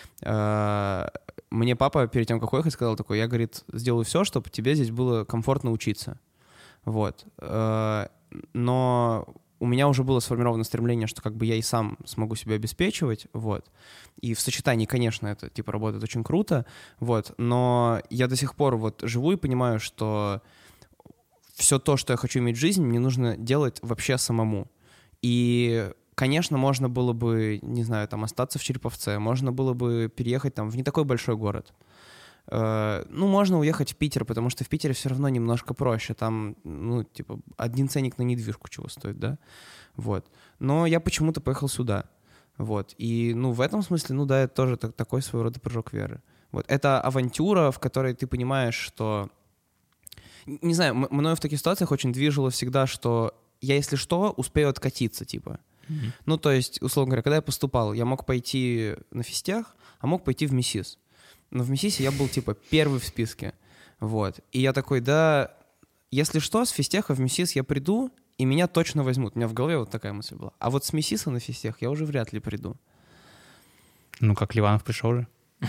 C: Э, мне папа перед тем, как уехать, сказал такой, я, говорит, сделаю все, чтобы тебе здесь было комфортно учиться. Вот. Э, но у меня уже было сформировано стремление, что как бы я и сам смогу себя обеспечивать, вот. И в сочетании, конечно, это типа работает очень круто, вот. Но я до сих пор вот живу и понимаю, что все то, что я хочу иметь в жизни, мне нужно делать вообще самому. И, конечно, можно было бы, не знаю, там остаться в Череповце, можно было бы переехать там в не такой большой город. Э, Ну, можно уехать в Питер, потому что в Питере все равно немножко проще. Там, ну, типа, один ценник на недвижку чего стоит, да? Вот. Но я почему-то поехал сюда. Вот. И, ну, в этом смысле, ну, да, это тоже так- такой своего рода прыжок веры. Вот. Это авантюра, в которой ты понимаешь, что... Н- Не знаю, м- мною в таких ситуациях очень движило всегда, что я, если что, успею откатиться, типа. Ну, то есть, условно говоря, когда я поступал, я мог пойти на физтех, а мог пойти в МИСИС. но в МИСИСе я был, типа, первый в списке. Вот. И я такой, да, если что, с физтеха в МИСИС я приду, и меня точно возьмут. У меня в голове вот такая мысль была. А вот с МИСИСа на физтех я уже вряд ли приду.
B: Ну, как Ливанов пришел же.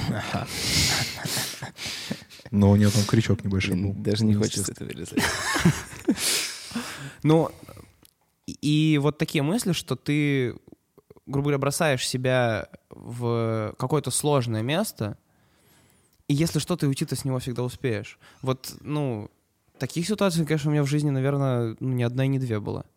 D: Но у него там крючок небольшой был.
A: Даже не хочется это вырезать.
C: Ну, и вот такие мысли, что ты, грубо говоря, бросаешь себя в какое-то сложное место, и если что, ты уйти-то с него всегда успеешь. Вот, ну, таких ситуаций, конечно, у меня в жизни, наверное, ну, ни одна и не две было.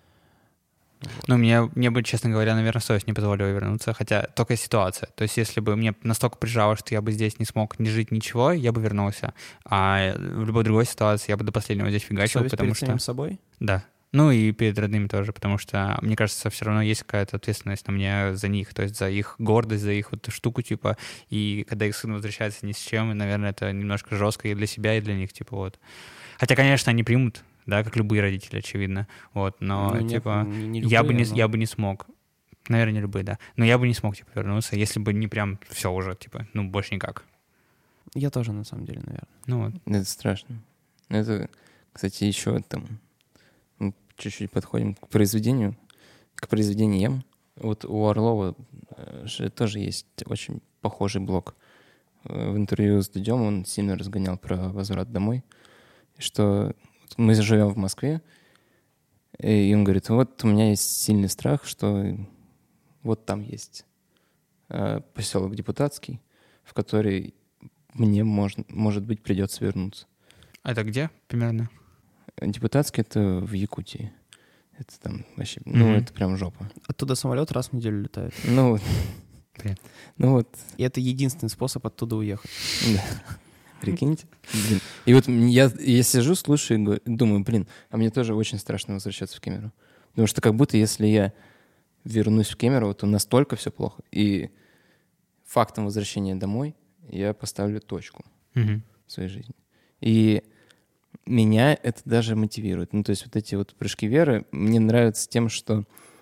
B: Ну, мне, мне бы, честно говоря, наверное, совесть не позволила вернуться, хотя только ситуация. То есть если бы мне настолько прижало, что я бы здесь не смог ни жить, ничего, я бы вернулся. А в любой другой ситуации я бы до последнего здесь фигачил,
C: Совесть
B: потому
C: перед
B: что...
C: самим собой?
B: Да. Ну и перед родными тоже, потому что, мне кажется, все равно есть какая-то ответственность на мне за них, то есть за их гордость, за их вот эту штуку, типа, и когда их сын возвращается ни с чем, и, наверное, это немножко жестко и для себя, и для них, типа, вот. Хотя, конечно, они примут, да, как любые родители, очевидно, вот, но,
C: Ну, нет,
B: типа,
C: не- не
B: я, бы
C: любые,
B: не,
C: но-
B: я бы не смог, наверное, не любые, да, но я бы не смог, типа, вернуться, если бы не прям все уже, типа, ну, больше никак.
C: Я тоже, на самом деле, наверное.
B: Ну, вот.
A: Это страшно. Это, кстати, еще там мы чуть-чуть подходим к произведению, к произведениям. Вот у Орлова э, же тоже есть очень похожий блог. Э, В интервью с Дудем он сильно разгонял про возврат домой, что вот мы живем в Москве, и он говорит, вот у меня есть сильный страх, что вот там есть э, поселок Депутатский, в который мне, можно, может быть, придется вернуться.
B: А это где примерно?
A: Депутатский — это в Якутии. Это там вообще, ну,
B: Мгм.
A: это прям жопа.
C: Оттуда самолет раз в неделю летает.
A: Ну,
B: Блин.
A: ну вот,
C: И это единственный способ оттуда уехать.
A: да. Прикиньте. Блин. И вот м- я, я сижу, слушаю и го- думаю, блин, а мне тоже очень страшно возвращаться в Кемерово. Потому что как будто если я вернусь в Кемерово, то настолько все плохо. И фактом возвращения домой я поставлю точку
B: Мгм.
A: в своей жизни. И меня это даже мотивирует. Ну, то есть вот эти вот прыжки веры мне нравятся тем, что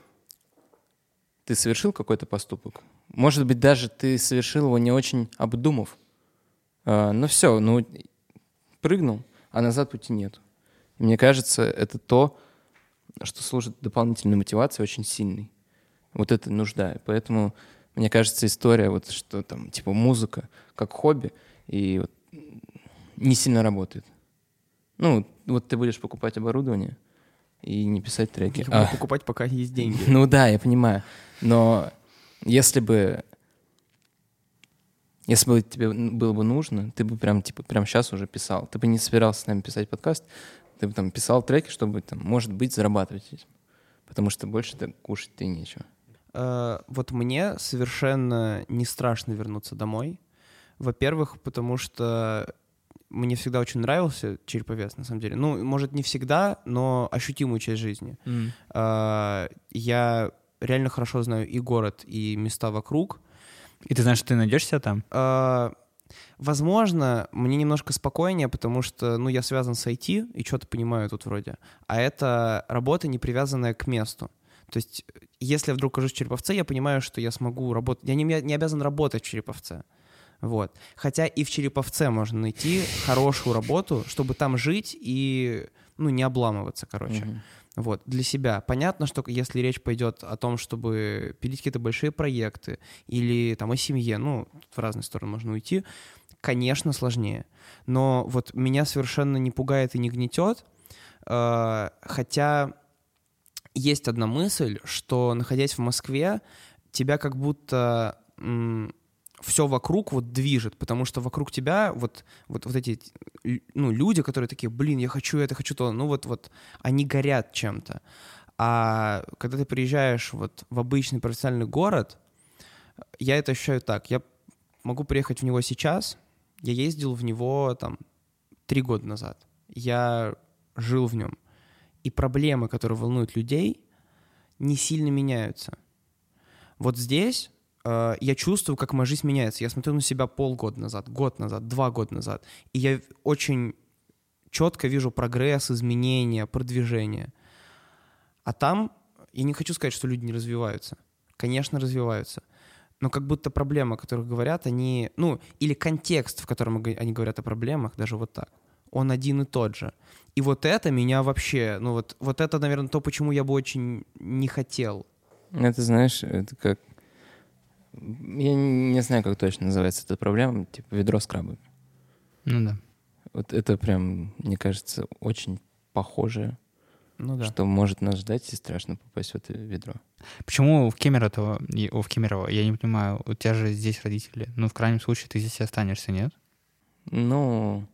A: ты совершил какой-то поступок. Может быть, даже ты совершил его не очень обдумав. А, ну все, ну прыгнул, а назад пути нет. И мне кажется, это то, что служит дополнительной мотивацией очень сильной. Вот это нужда. Поэтому, мне кажется, история, вот что там, типа музыка как хобби, и вот не сильно работает. Ну, вот ты будешь покупать оборудование и не писать треки.
C: Я
A: А,
C: буду покупать, пока есть деньги.
A: ну да, я понимаю. Но если бы если бы тебе н- было бы нужно, ты бы прям типа прям сейчас уже писал. Ты бы не собирался с нами писать подкаст, ты бы там писал треки, чтобы там, может быть, зарабатывать этим. Потому что больше-то кушать-то и нечего.
C: Э, Вот мне совершенно не страшно вернуться домой. Во-первых, потому что мне всегда очень нравился Череповец, на самом деле. Ну, может, не всегда, но ощутимую часть жизни.
B: М.
C: Э, Я реально хорошо знаю и город, и места вокруг.
B: И ты знаешь, что ты найдешь себя там?
C: Э, Возможно, мне немножко спокойнее, потому что, ну, я связан с ай ти и что-то понимаю тут вроде. А это работа, не привязанная к месту. То есть, если я вдруг окажусь в Череповце, я понимаю, что я смогу работать. Я не, не обязан работать в Череповце. Вот. Хотя и в Череповце можно найти хорошую работу, чтобы там жить и, ну, не обламываться, короче.
A: Мгм.
C: Вот, для себя. Понятно, что если речь пойдет о том, чтобы пилить какие-то большие проекты или там о семье, ну, в разные стороны можно уйти, конечно, сложнее. Но вот меня совершенно не пугает и не гнетет, э, хотя есть одна мысль, что, находясь в Москве, тебя как будто все вокруг вот движет, потому что вокруг тебя вот, вот, вот эти ну, люди, которые такие, блин, я хочу это, хочу то, ну вот, вот они горят чем-то. А когда ты приезжаешь вот в обычный профессиональный город, я это ощущаю так, я могу приехать в него сейчас, я ездил в него там три года назад, я жил в нем, и проблемы, которые волнуют людей, не сильно меняются. Вот здесь э, я чувствую, как моя жизнь меняется. Я смотрю на себя полгода назад, год назад, два года назад, и я очень четко вижу прогресс, изменения, продвижение. А там, я не хочу сказать, что люди не развиваются. Конечно, развиваются. но как будто проблемы, о которых говорят, они... Ну, или контекст, в котором они говорят о проблемах, даже вот так, он один и тот же. И вот это меня вообще... Ну, вот, вот это, наверное, то, почему я бы очень не хотел.
A: Это, знаешь, это как... Я не знаю, как точно называется эта проблема, типа ведро с крабами.
B: Ну да.
A: Вот это прям, мне кажется, очень похоже,
C: Ну да.
A: что может нас ждать, и страшно попасть в это ведро.
B: Почему в Кемерово, о, в Кемерово, я не понимаю, у тебя же здесь родители, ну, в крайнем случае, ты здесь и останешься, нет?
A: Ну,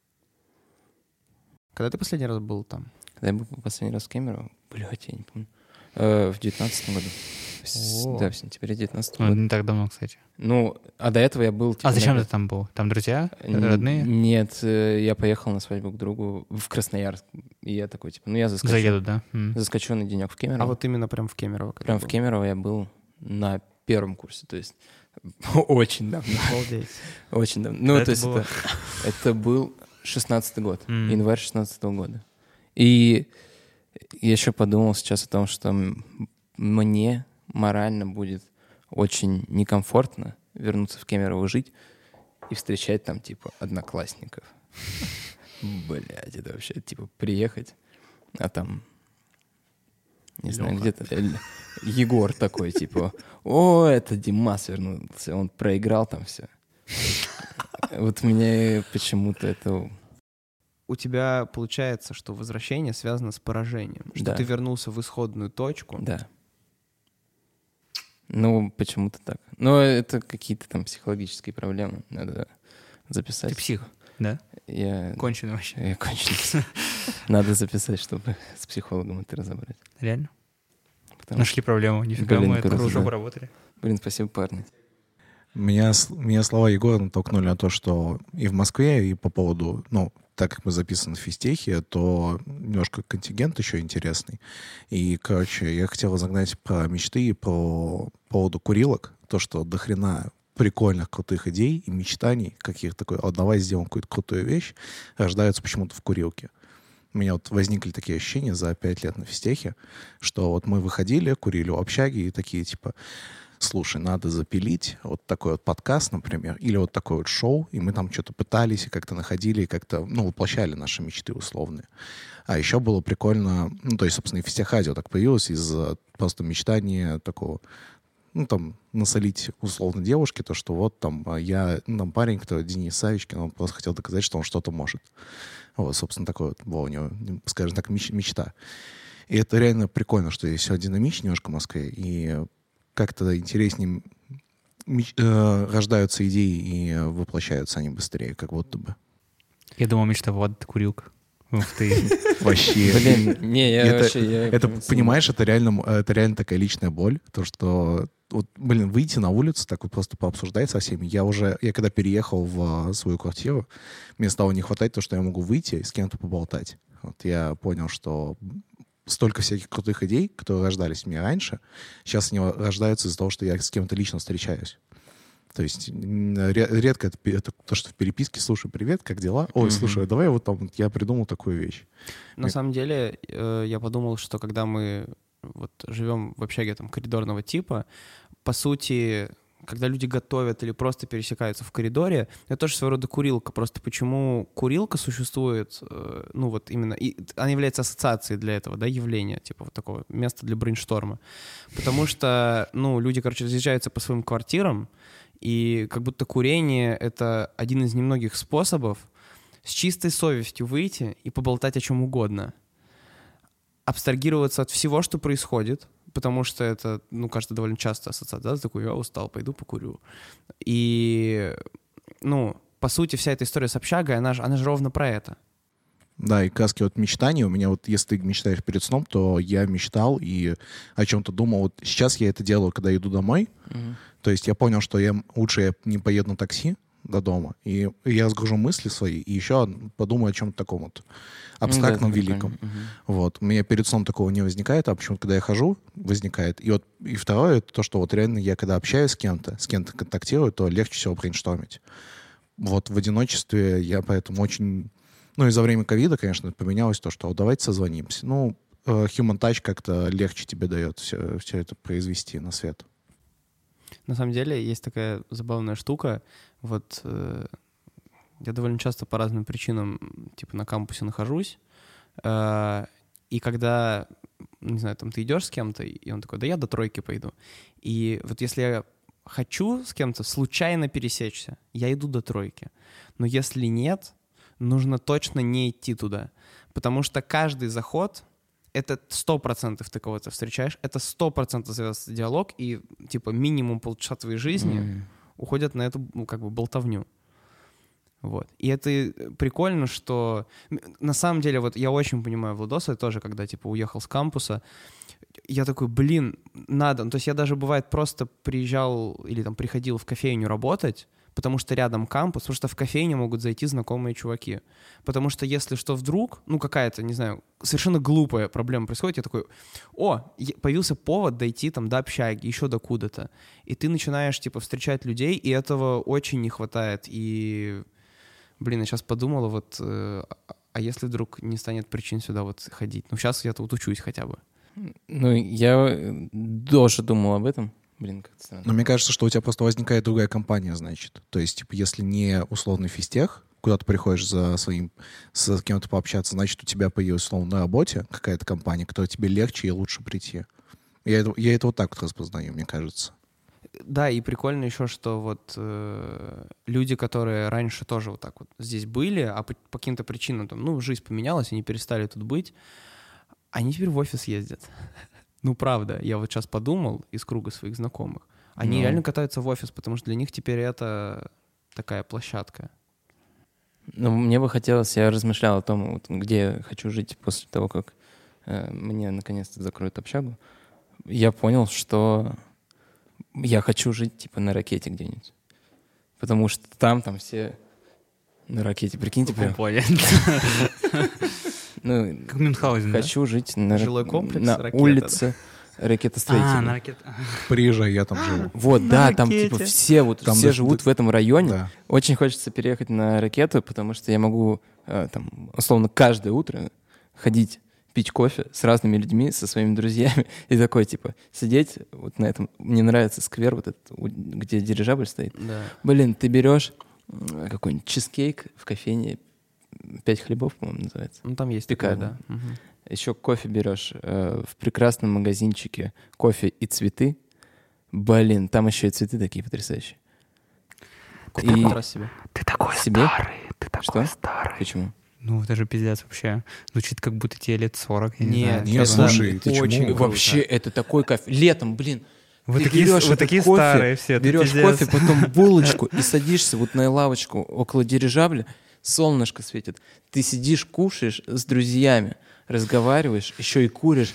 C: Когда ты последний раз был там?
A: когда я был последний раз в Кемерово, блядь, я не помню, э, в девятнадцатом году. В-
C: О.
A: Да, в сентябре девятнадцатого
B: Ну,
A: года.
B: не так давно, кстати.
A: Ну, а до этого я был... типа,
B: А зачем
A: на-
B: ты там был? Там друзья,
A: Н-
B: родные?
A: Нет, э, я поехал на свадьбу к другу в Красноярск. И я такой, типа, ну я заскочу.
B: Заедут, да? М.
A: Заскочу на денек в Кемерово.
C: А вот именно прям в Кемерово. когда
A: Прям в
C: был?
A: Кемерово я был на первом курсе, то есть очень давно.
C: Обалдеть.
A: Очень давно. Ну,
B: Это
A: то есть
B: было?
A: это, это был шестнадцатый год,
B: М.
A: январь шестнадцатого года. И я еще подумал сейчас о том, что м- мне морально будет очень некомфортно вернуться в Кемерово жить и встречать там, типа, одноклассников. Блядь, это вообще, типа, приехать, а там, не знаю,
C: Лёха.
A: где-то э, Егор такой, типа, о, это Димас вернулся, он проиграл там все. Вот мне почему-то это...
C: У тебя получается, что возвращение связано с поражением. Что
A: Да.
C: ты вернулся в исходную точку.
A: Да. Ну, почему-то так. Но это какие-то там психологические проблемы. Надо записать.
B: Ты псих, да?
A: Я,
B: Конченый вообще.
A: я конченый. Надо записать, чтобы с психологом это разобрать.
B: Реально?
A: Потому
B: Нашли проблему. Нифига,
A: Блин,
B: мы это
A: круто,
B: уже
A: да.
B: поработали.
A: что- Блин, спасибо, парни.
D: Меня, с- меня слова Егора натолкнули на то, что и в Москве, и по поводу, ну, так как мы записаны в физтехе, то немножко контингент еще интересный. И, короче, я хотел разогнать про мечты и про поводу курилок. То, что до хрена прикольных, крутых идей и мечтаний, каких такой, а давай сделаем какую-то крутую вещь, рождаются почему-то в курилке. У меня вот возникли такие ощущения за пять лет на физтехе, что вот мы выходили, курили у общаги и такие, типа, слушай, надо запилить вот такой вот подкаст, например, или вот такое вот шоу, и мы там что-то пытались и как-то находили, и как-то, ну, воплощали наши мечты условные. А еще было прикольно, ну, то есть, собственно, и физтехрадио так появилось из просто мечтания такого, ну, там, насолить условно девушке, то, что вот там а я, ну, там парень, кто Денис Савичкин, он просто хотел доказать, что он что-то может. Вот, собственно, такой вот, во, у него, скажем так, меч- мечта. И это реально прикольно, что есть все динамичнее немножко в Москве, и как-то интереснее меч- э, рождаются идеи и воплощаются они быстрее, как будто бы.
B: Я думал, мечта Влада — это курилка. Ух ты.
D: Вообще.
A: Блин, не, я
D: Это-
A: вообще... я
D: Это,
A: прям
D: понимаешь, это реально, это реально такая личная боль, то, что, вот, блин, выйти на улицу, так вот просто пообсуждать со всеми. Я уже, я когда переехал в свою квартиру, мне стало не хватать то, что я могу выйти и с кем-то поболтать. Вот я понял, что столько всяких крутых идей, которые рождались у меня раньше, сейчас они рождаются из-за того, что я с кем-то лично встречаюсь. То есть м, ре- редко это, пе- это то, что в переписке, слушай, привет, как дела? Ой,
A: Мгм.
D: слушай, давай вот там, я придумал такую вещь.
C: На
D: Мне-
C: самом деле, э, я подумал, что когда мы вот живем в общаге там коридорного типа, по сути, когда люди готовят или просто пересекаются в коридоре, это тоже своего рода курилка. Просто почему курилка существует, э, ну вот именно, и она является ассоциацией для этого, да, явления, типа вот такого места для брейншторма. Потому что, ну, люди, короче, разъезжаются по своим квартирам, и как будто курение — это один из немногих способов с чистой совестью выйти и поболтать о чем угодно. Абстрагироваться от всего, что происходит, потому что это, ну, кажется, довольно часто ассоциация, да, такой, я устал, пойду покурю. И, ну, по сути, вся эта история с общагой, она же, она же ровно про это.
D: Да, и каски вот мечтания. У меня вот, если ты мечтаешь перед сном, то я мечтал и о чем-то думал. Вот сейчас я это делаю, когда иду домой.
A: Мгм.
D: То есть я понял, что я лучше я не поеду на такси до дома. И я сгружу мысли свои и еще подумаю о чем-то таком вот абстрактном,
A: Ну да, это
D: великом.
A: прикольно. Мгм.
D: Вот. У меня перед сном такого не возникает, а почему-то, когда я хожу, возникает. И вот и второе, это то, что вот реально я, когда общаюсь с кем-то, с кем-то контактирую, то легче всего брейнштормить. Вот в одиночестве я поэтому очень... Ну, и за время ковида, конечно, поменялось то, что давайте созвонимся. Ну, э, Human Touch как-то легче тебе дает все, все это произвести на свет.
C: На самом деле есть такая забавная штука. Вот э, я довольно часто по разным причинам типа на кампусе нахожусь. Э, и когда, не знаю, там ты идешь с кем-то, и он такой, да я до тройки пойду. И вот если я хочу с кем-то случайно пересечься, я иду до тройки. Но если нет, нужно точно не идти туда. Потому что каждый заход — это сто процентов ты кого-то встречаешь, это сто процентов завязывается диалог, и типа минимум полчаса твоей жизни mm. уходят на эту, ну, как бы болтовню. Вот. И это прикольно, что... На самом деле, вот я очень понимаю Владоса тоже, когда типа уехал с кампуса, я такой, блин, надо. Ну, то есть я даже, бывает, просто приезжал или там приходил в кофейню работать, потому что рядом кампус, потому что в кофейню могут зайти знакомые чуваки. Потому что если что вдруг, ну какая-то, не знаю, совершенно глупая проблема происходит, я такой, о, появился повод дойти там до общаги, еще до куда-то. И ты начинаешь типа встречать людей, и этого очень не хватает. И, блин, я сейчас подумала, вот, э, а если вдруг не станет причин сюда вот ходить? Ну сейчас я тут учусь хотя бы.
A: Ну, я тоже думал об этом. Блин, как странно.
D: Но мне кажется, что у тебя просто возникает другая компания, значит. То есть, типа, если не условный физтех, куда ты приходишь за своим, с кем-то пообщаться, значит, у тебя появилась, условно, на работе какая-то компания, которой тебе легче и лучше прийти. Я это, я это вот так вот распознаю, мне кажется.
C: Да, и прикольно еще, что вот э, люди, которые раньше тоже вот так вот здесь были, а по, по каким-то причинам, там, ну, жизнь поменялась, они перестали тут быть, они теперь в офис ездят. Ну, правда, я вот сейчас подумал из круга своих знакомых. Они ну. реально катаются в офис, потому что для них теперь это такая площадка.
A: Ну, мне бы хотелось, я размышлял о том, вот, где я хочу жить после того, как э, мне наконец-то закроют общагу. Я понял, что я хочу жить типа на ракете где-нибудь. Потому что там, там все на ракете, прикиньте.
B: В поле.
A: Ну,
B: как Мюнхгаузен,
A: хочу
B: да?
A: жить на,
C: жилой комплекс,
A: на
C: ракета,
A: улице
C: да?
A: ракетостроителей.
B: А, на ракете.
D: Приезжай, я там живу.
A: Вот,
C: на
A: да,
C: ракете.
A: там типа все вот
D: там
A: все
D: даже,
A: живут в этом районе.
D: Да.
A: Очень хочется переехать на ракету, потому что я могу э, там условно каждое утро ходить пить кофе с разными людьми, со своими друзьями и такой типа сидеть вот на этом. Мне нравится сквер вот этот, где дирижабль стоит.
C: Да.
A: Блин, ты берешь какой-нибудь чизкейк в кофейне. Пять хлебов, по-моему, называется.
C: Ну, там есть
A: пекарня.
C: такое, да. Угу.
A: Еще кофе берешь э, в прекрасном магазинчике «Кофе и цветы». Блин, там еще и цветы такие потрясающие.
C: Купи и... раз себе.
B: Ты такой
A: себе?
B: старый, ты такой
A: Что?
B: старый.
A: Почему?
B: Ну, это же пиздец вообще. Звучит, как будто тебе лет сорок, я не
C: Нет,
B: знаю.
D: Нет, слушай, ты
C: очень
D: чему?
C: круто.
A: Вообще, это такой кофе. Летом, блин,
B: Вы
A: ты
B: такие,
A: берешь
B: вы
A: этот
B: такие
A: кофе,
B: старые все. это
A: берешь
B: пиздец.
A: кофе, потом булочку и садишься вот на лавочку около дирижабля, солнышко светит, ты сидишь, кушаешь с друзьями, разговариваешь, еще и куришь.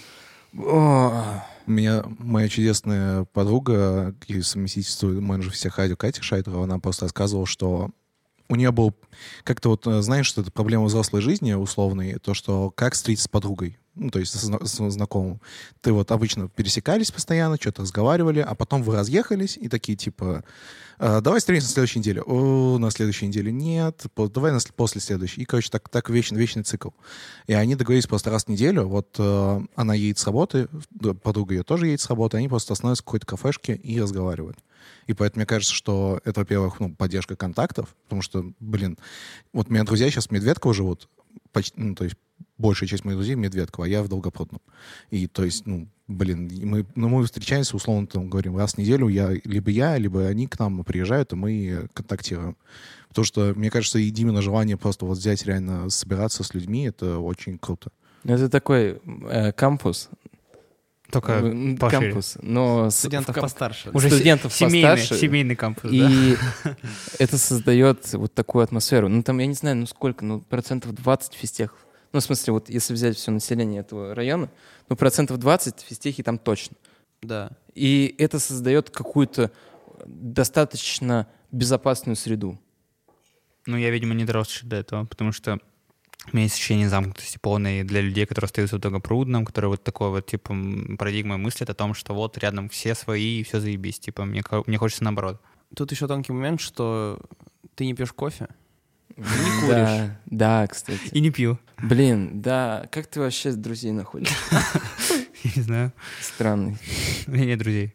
A: О!
D: У меня моя чудесная подруга, и совместительство менеджер всех радио Катя Шайдерова, она просто рассказывала, что у нее был как-то вот, знаешь, что это проблема взрослой жизни условной, то, что как встретиться с подругой, ну, то есть с, с знакомым. Ты вот обычно пересекались постоянно, что-то разговаривали, а потом вы разъехались и такие типа, давай встретимся на следующей неделе. О, на следующей неделе нет, давай на, после следующей. И, короче, так, так вечный, вечный цикл. И они договорились просто раз в неделю, вот э, она едет с работы, подруга ее тоже едет с работы, они просто остановятся в какой-то кафешке и разговаривают. И поэтому мне кажется, что это, во-первых, ну, поддержка контактов, потому что, блин, вот у меня друзья сейчас в Медведково живут, почти, ну, то есть большая часть моих друзей в Медведково, а я в Долгопрудном. И, то есть, ну, блин, мы, ну, мы встречаемся, условно, там, говорим, раз в неделю, я, либо я, либо они к нам приезжают, и мы контактируем. Потому что, мне кажется, и именно желание просто вот взять, реально собираться с людьми, это очень круто.
A: Это такой э, кампус.
B: Только
A: э,
B: пошире.
A: кампус, но с-
C: Студентов
A: в кам-
C: постарше.
A: Уже студентов
B: семейный,
A: постарше.
B: семейный кампус, да?
A: И это создает вот такую атмосферу. Ну, там, я не знаю, ну сколько, ну, процентов двадцать физтех. Ну, в смысле, вот если взять все население этого района, ну, процентов двадцать физтехи там точно.
C: Да.
A: И это создает какую-то достаточно безопасную среду.
B: Ну, я, видимо, не доросший до этого, потому что у меня есть ощущение замкнутости полной для людей, которые остаются в Долгопрудном, которые вот такой вот, типа, парадигмой мыслят о том, что вот рядом все свои, и все заебись. Типа, мне, мне хочется наоборот.
C: Тут еще тонкий момент, что ты не пьешь кофе.
A: Не куришь. Да, да, кстати.
B: И не пью.
A: Блин, да. Как ты вообще друзей находишь?
B: Я не знаю.
A: Странный.
B: У меня нет друзей.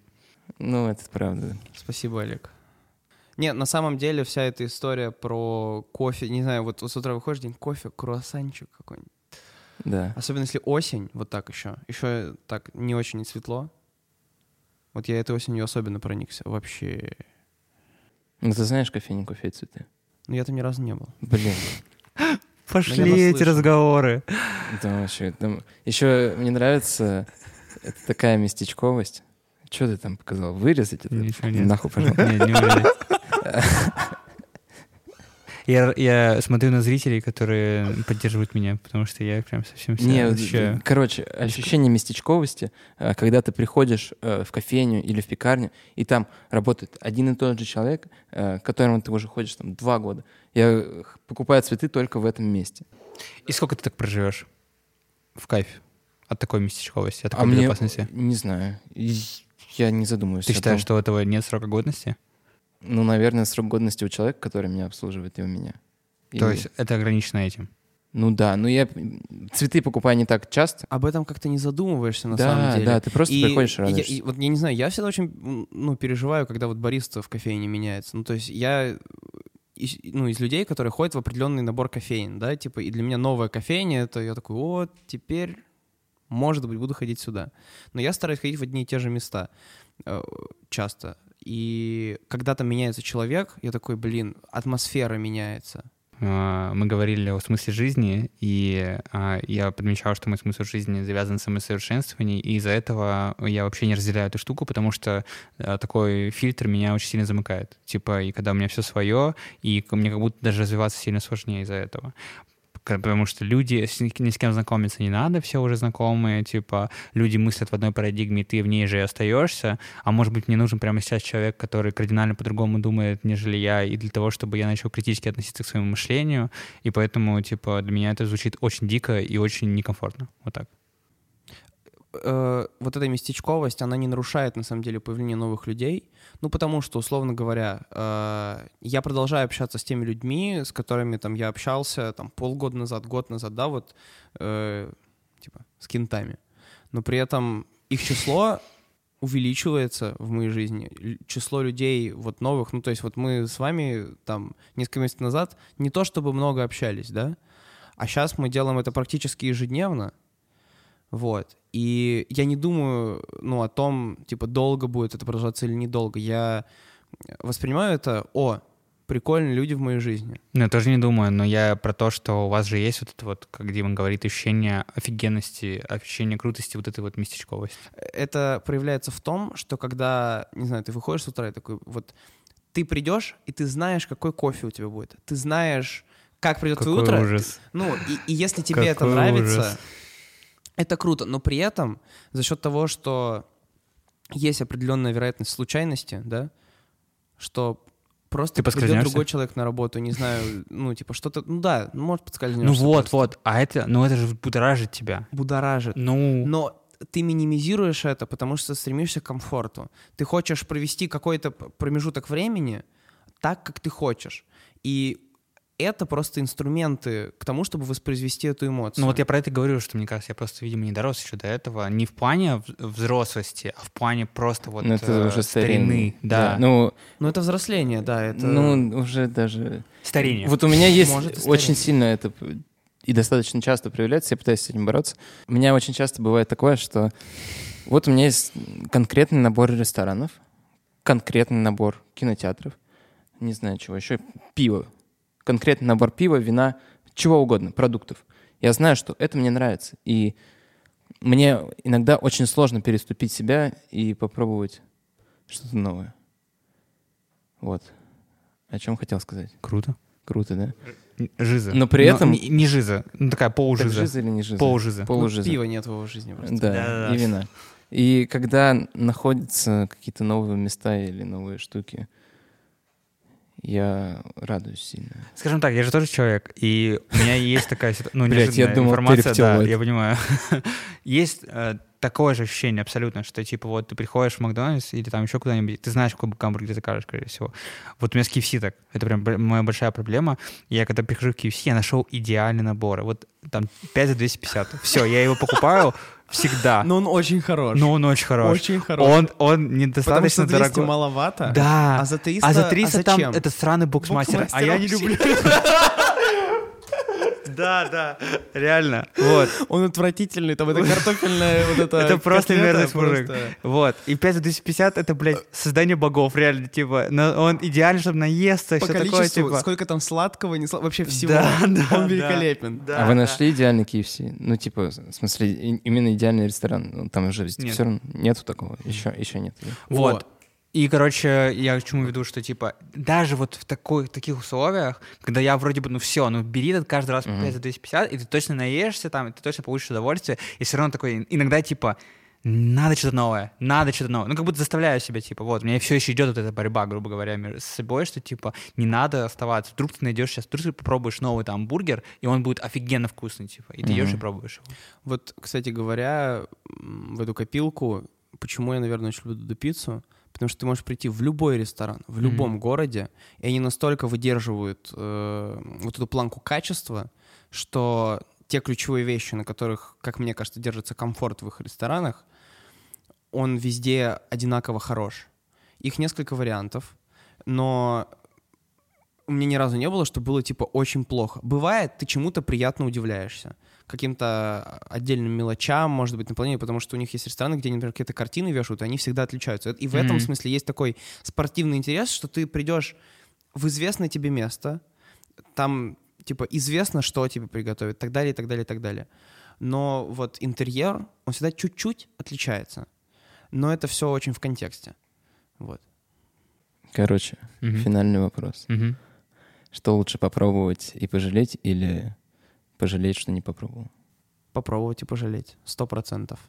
A: Ну, это правда.
C: Спасибо, Олег. Нет, на самом деле вся эта история про кофе, не знаю, вот с утра выходишь, день кофе, круассанчик какой-нибудь.
A: Да.
C: Особенно если осень, вот так еще. Еще так не очень светло. Вот я этой осенью особенно проникся. Вообще.
A: Ну, ты знаешь кофейню «Кофе и цветы»?
C: Ну, я там ни разу не был.
A: Блин.
B: Пошли эти разговоры.
A: Там вообще, там... Еще мне нравится это такая местечковость. Что ты там показал? Вырезать это?
B: Ничего нет.
A: Нахуй, пожалуйста.
B: Нет, не вырезать. Я, я смотрю на зрителей, которые поддерживают меня, потому что я прям совсем себя
A: Не,
B: ощущаю.
A: короче, ощущение местечковости, э, когда ты приходишь э, в кофейню или в пекарню, и там работает один и тот же человек, э, к которому ты уже ходишь там два года. Я э, покупаю цветы только в этом месте.
B: И сколько ты так проживешь в кайфе от такой местечковости, от
A: А
B: такой
A: мне,
B: безопасности?
A: не знаю, и я не задумываюсь.
B: Ты
A: о
B: считаешь,
A: том.
B: что у этого нет срока годности?
A: Ну, наверное, срок годности у человека, который меня обслуживает, и у меня. И-
B: То есть это ограничено этим?
A: Ну да, но я цветы покупаю не так часто.
C: Об этом как-то не задумываешься на
A: да,
C: самом деле.
A: да, ты просто
C: И
A: приходишь и
C: я,
A: радуешься.
C: и вот я не знаю, я всегда очень ну, переживаю, когда вот бариста в кофейне меняется. Ну, то есть я из, ну, из людей, которые ходят в определенный набор кофеин, да, типа, и для меня новая кофейня, это я такой, вот, теперь, может быть, буду ходить сюда. Но я стараюсь ходить в одни и те же места э, часто. И когда там меняется человек, я такой, блин, атмосфера меняется.
B: А, Мы говорили о смысле жизни, и а, я подмечал, что мой смысл жизни завязан на самосовершенствовании, и из-за этого я вообще не разделяю эту штуку, потому что а, такой фильтр меня очень сильно замыкает. Типа, и когда у меня все свое, и мне как будто даже развиваться сильно сложнее из-за этого. Потому что люди, с- ни с кем знакомиться не надо, все уже знакомые, типа, люди мыслят в одной парадигме, ты в ней же и остаешься, а может быть, мне нужен прямо сейчас человек, который кардинально по-другому думает, нежели я, и для того, чтобы я начал критически относиться к своему мышлению, и поэтому, типа, для меня это звучит очень дико и очень некомфортно, вот так.
C: Э, вот эта местечковость, она не нарушает, на самом деле, появление новых людей. Ну, потому что, условно говоря, э, я продолжаю общаться с теми людьми, с которыми там я общался там полгода назад, год назад, да, вот, э, типа, с кентами. Но при этом их число увеличивается в моей жизни. Л- Число людей вот новых, ну, то есть вот мы с вами там несколько месяцев назад не то чтобы много общались, да, а сейчас мы делаем это практически ежедневно. Вот. И я не думаю, ну, о том, типа, долго будет это продолжаться или недолго. Я воспринимаю это, о, прикольные люди в моей жизни.
B: Ну, я тоже не думаю, но я про то, что у вас же есть вот это вот, как Дима говорит, ощущение офигенности, ощущение крутости, вот этой вот местечковости.
C: Это проявляется в том, что когда, не знаю, ты выходишь с утра и такой, вот, ты придешь, и ты знаешь, какой кофе у тебя будет. Ты знаешь, как придет твое
B: Какой
C: утро.
B: ужас.
C: Ну, и, и если тебе это
B: Какой
C: нравится,
B: ужас.
C: это круто. Но при этом за счет того, что есть определенная вероятность случайности, да, что просто
B: Ты
C: придет
B: поскользнешься?
C: другой человек на работу, не знаю, ну, типа что-то, ну да, ну, может, подскользнешься.
B: Ну вот,
C: просто.
B: вот, а это, ну это же будоражит тебя.
C: Будоражит.
B: Ну,
C: Но ты минимизируешь это, потому что стремишься к комфорту. Ты хочешь провести какой-то п- промежуток времени так, как ты хочешь. И это просто инструменты к тому, чтобы воспроизвести эту эмоцию.
B: ну вот я про это говорю, что мне кажется, я просто, видимо, не дорос еще до этого. Не в плане в- взрослости, а в плане просто вот
A: Ну, это
B: э,
A: уже
B: старины.
A: старение.
B: Да,
A: Ну,
C: Ну, это взросление, да, это...
A: ну, уже даже...
B: старение.
A: Вот у меня есть
C: Может, и
A: очень
C: старение.
A: сильно это п- и достаточно часто проявляется, я пытаюсь с этим бороться. У меня очень часто бывает такое, что вот у меня есть конкретный набор ресторанов, конкретный набор кинотеатров, не знаю чего еще, пиво. Конкретный набор пива, вина, чего угодно, продуктов. Я знаю, что это мне нравится. И мне иногда очень сложно переступить себя и попробовать что-то новое. Вот. О чем хотел сказать.
B: Круто.
A: Круто, да?
B: Жиза.
A: Но при этом-
B: Не, не жиза, ну такая
A: Так
B: полужиза.
A: жиза или не жиза?
B: Полужиза.
C: Ну,
A: Полужиза.
C: пива нет в его жизни просто.
A: Да,
B: Да-да-да.
A: и вина. И когда находятся какие-то новые места или новые штуки, я радуюсь сильно.
B: Скажем так, я же тоже человек, и у меня есть такая ситуация, ну,
A: Блядь, я
B: неожиданная
A: думал, ты
B: информация, да,
A: рептилоид.
B: я понимаю. Есть э, такое же ощущение абсолютно, что типа вот ты приходишь в Макдональдс или там еще куда-нибудь, ты знаешь, какой гамбургер ты закажешь, скорее всего. Вот у меня с кей эф си так. Это прям моя большая проблема. Я когда прихожу в кей эф си, я нашел идеальный набор. Вот там пять за двести пятьдесят. Все, я его покупаю всегда.
C: Но он очень хорош.
B: Но он очень хорош.
C: Очень хорош.
B: Он, он недостаточно
C: Потому что двести
B: дорогой.
C: маловато.
B: Да.
C: А за триста,
B: а за триста
C: а
B: там
C: зачем?
B: это сраный боксмастер. А я не люблю. Да, да, реально. Вот.
C: Он отвратительный, там это картофельная вот это.
B: Это просто
C: котлета,
B: мерзость, мужик.
C: просто.
B: Вот. И пять за двести пятьдесят это, блядь, создание богов, реально, типа. Но он идеальный, чтобы наесться,
C: По
B: все такое,
C: количеству,
B: типа.
C: сколько там сладкого, не сладкого, вообще всего.
B: Да, да,
C: Он
B: да.
C: великолепен.
B: Да,
A: а вы
B: да.
A: нашли идеальный кей эф си? Ну, типа, в смысле, и- именно идеальный ресторан? Ну, там уже
B: Нет.
A: все равно нету такого. Еще, еще нет.
B: Вот. И, короче, я к чему веду, что, типа, даже вот в, такой, в таких условиях, когда я вроде бы, ну все, ну бери этот каждый раз по
A: Мгм.
B: пять за двести пятьдесят, и ты точно наешься там, и ты точно получишь удовольствие, и все равно такой, иногда, типа, надо что-то новое, надо что-то новое. Ну, как будто заставляю себя, типа, вот, у меня все еще идет вот эта борьба, грубо говоря, между собой, что, типа, не надо оставаться. Вдруг ты найдешь сейчас, вдруг ты попробуешь новый там бургер, и он будет офигенно вкусный, типа, и ты
A: Мгм.
B: ешь и пробуешь его.
C: Вот, кстати говоря, м, в эту копилку, почему я, наверное, очень люблю Додо пиццу, потому что ты можешь прийти в любой ресторан, в любом
B: Мгм.
C: городе, и они настолько выдерживают э, вот эту планку качества, что те ключевые вещи, на которых, как мне кажется, держится комфорт в их ресторанах, он везде одинаково хорош. Их несколько вариантов, но у меня ни разу не было, что было типа очень плохо. Бывает, ты чему-то приятно удивляешься. Каким-то отдельным мелочам, может быть, наполнению, потому что у них есть рестораны, где, например, какие-то картины вешают, и они всегда отличаются. И в этом
B: Мгм.
C: смысле есть такой спортивный интерес, что ты придешь в известное тебе место, там, типа, известно, что тебе приготовят, и так далее, и так далее, и так далее. Но вот интерьер, он всегда чуть-чуть отличается. Но это все очень в контексте. Вот.
A: Короче,
B: Мгм.
A: финальный вопрос.
B: Мгм.
A: Что лучше, попробовать и пожалеть или пожалеть, что не попробовал?
C: Попробовать и пожалеть. Сто процентов.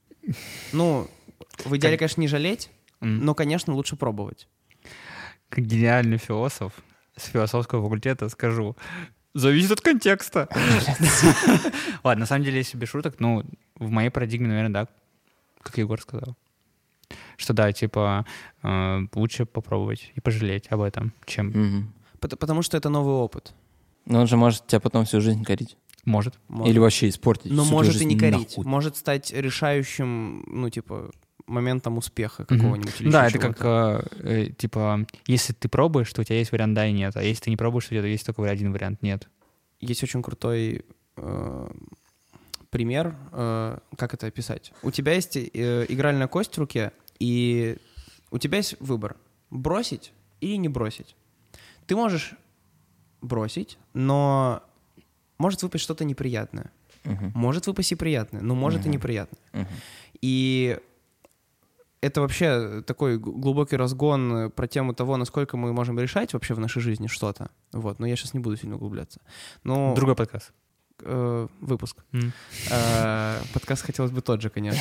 C: Ну, в идеале, конечно, не жалеть,
B: М.
C: но, конечно, лучше пробовать.
B: Как гениальный философ с философского факультета скажу, зависит от контекста. Ладно, на самом деле, если без шуток, ну, в моей парадигме, наверное, да, как Егор сказал. Что да, типа, э, лучше попробовать и пожалеть об этом, чем
A: Мгм.
C: Пот- Потому что это новый опыт.
A: Но он же может тебя потом всю жизнь корить.
B: может.
C: Может.
A: Или вообще испортить.
C: Но
A: всю твою
C: может и
A: жизнь
C: не корить.
A: нахуй.
C: Может стать решающим, ну, типа, моментом успеха
B: Мгм.
C: какого-нибудь. или
B: Да,
C: еще
B: это как,
C: чего-то.
B: э, э, типа, если ты пробуешь, то у тебя есть вариант да и нет, а если ты не пробуешь, то у тебя есть только один вариант нет.
C: Есть очень крутой э, пример, э, как это описать. У тебя есть э, игральная кость в руке, и у тебя есть выбор — бросить или не бросить. Ты можешь бросить, но может выпасть что-то неприятное.
A: Мгм.
C: Может выпасть и приятное, но может и
A: Мгм.
C: неприятное.
A: Мгм.
C: И это вообще такой г- глубокий разгон про тему того, насколько мы можем решать вообще в нашей жизни что-то. Вот, но я сейчас не буду сильно углубляться. Но
B: Другой подкаст.
C: э, выпуск.
B: М.
C: Э, подкаст хотелось бы тот же, конечно.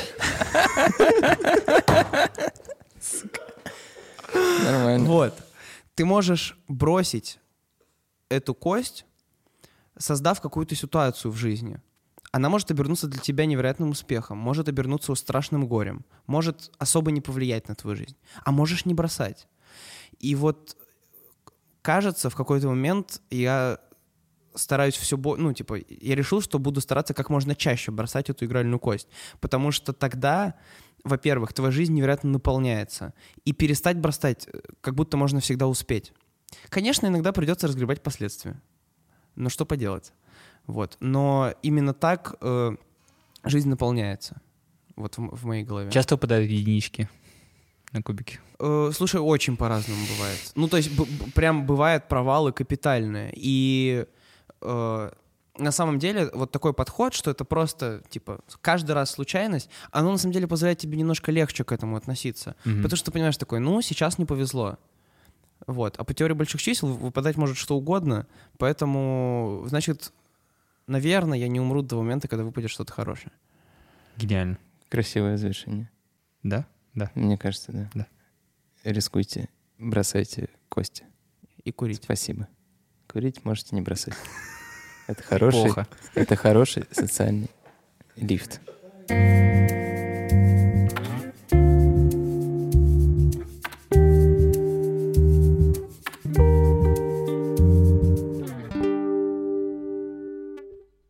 A: Нормально.
C: Вот. Ты можешь бросить эту кость, создав какую-то ситуацию в жизни. Она может обернуться для тебя невероятным успехом, может обернуться страшным горем, может особо не повлиять на твою жизнь, а можешь не бросать. И вот кажется, в какой-то момент я стараюсь все больше, ну, типа, я решил, что буду стараться как можно чаще бросать эту игральную кость, потому что тогда, во-первых, твоя жизнь невероятно наполняется, и перестать бросать, э, как будто можно всегда успеть. Конечно, иногда придется разгребать последствия, но что поделать. Вот. Но именно так э, жизнь наполняется. Вот в, в моей голове.
B: Часто выпадают единички на кубике.
C: Э, слушай, очень по-разному бывает. Ну, то есть б- б- прям бывают провалы капитальные. И э, на самом деле вот такой подход, что это просто, типа, каждый раз случайность, оно на самом деле позволяет тебе немножко легче к этому относиться.
B: Мгм.
C: Потому что ты понимаешь такой, ну, сейчас не повезло. Вот. А по теории больших чисел выпадать может что угодно, поэтому, значит, наверное, я не умру до момента, когда выпадет что-то хорошее.
B: Гениально.
A: Красивое завершение.
B: Да? Да.
A: Мне кажется, да.
B: Да.
A: Рискуйте, бросайте кости.
C: И курить.
A: Спасибо. Курить можете не бросать. Это хороший,
B: Плохо.
A: это хороший социальный лифт. Thank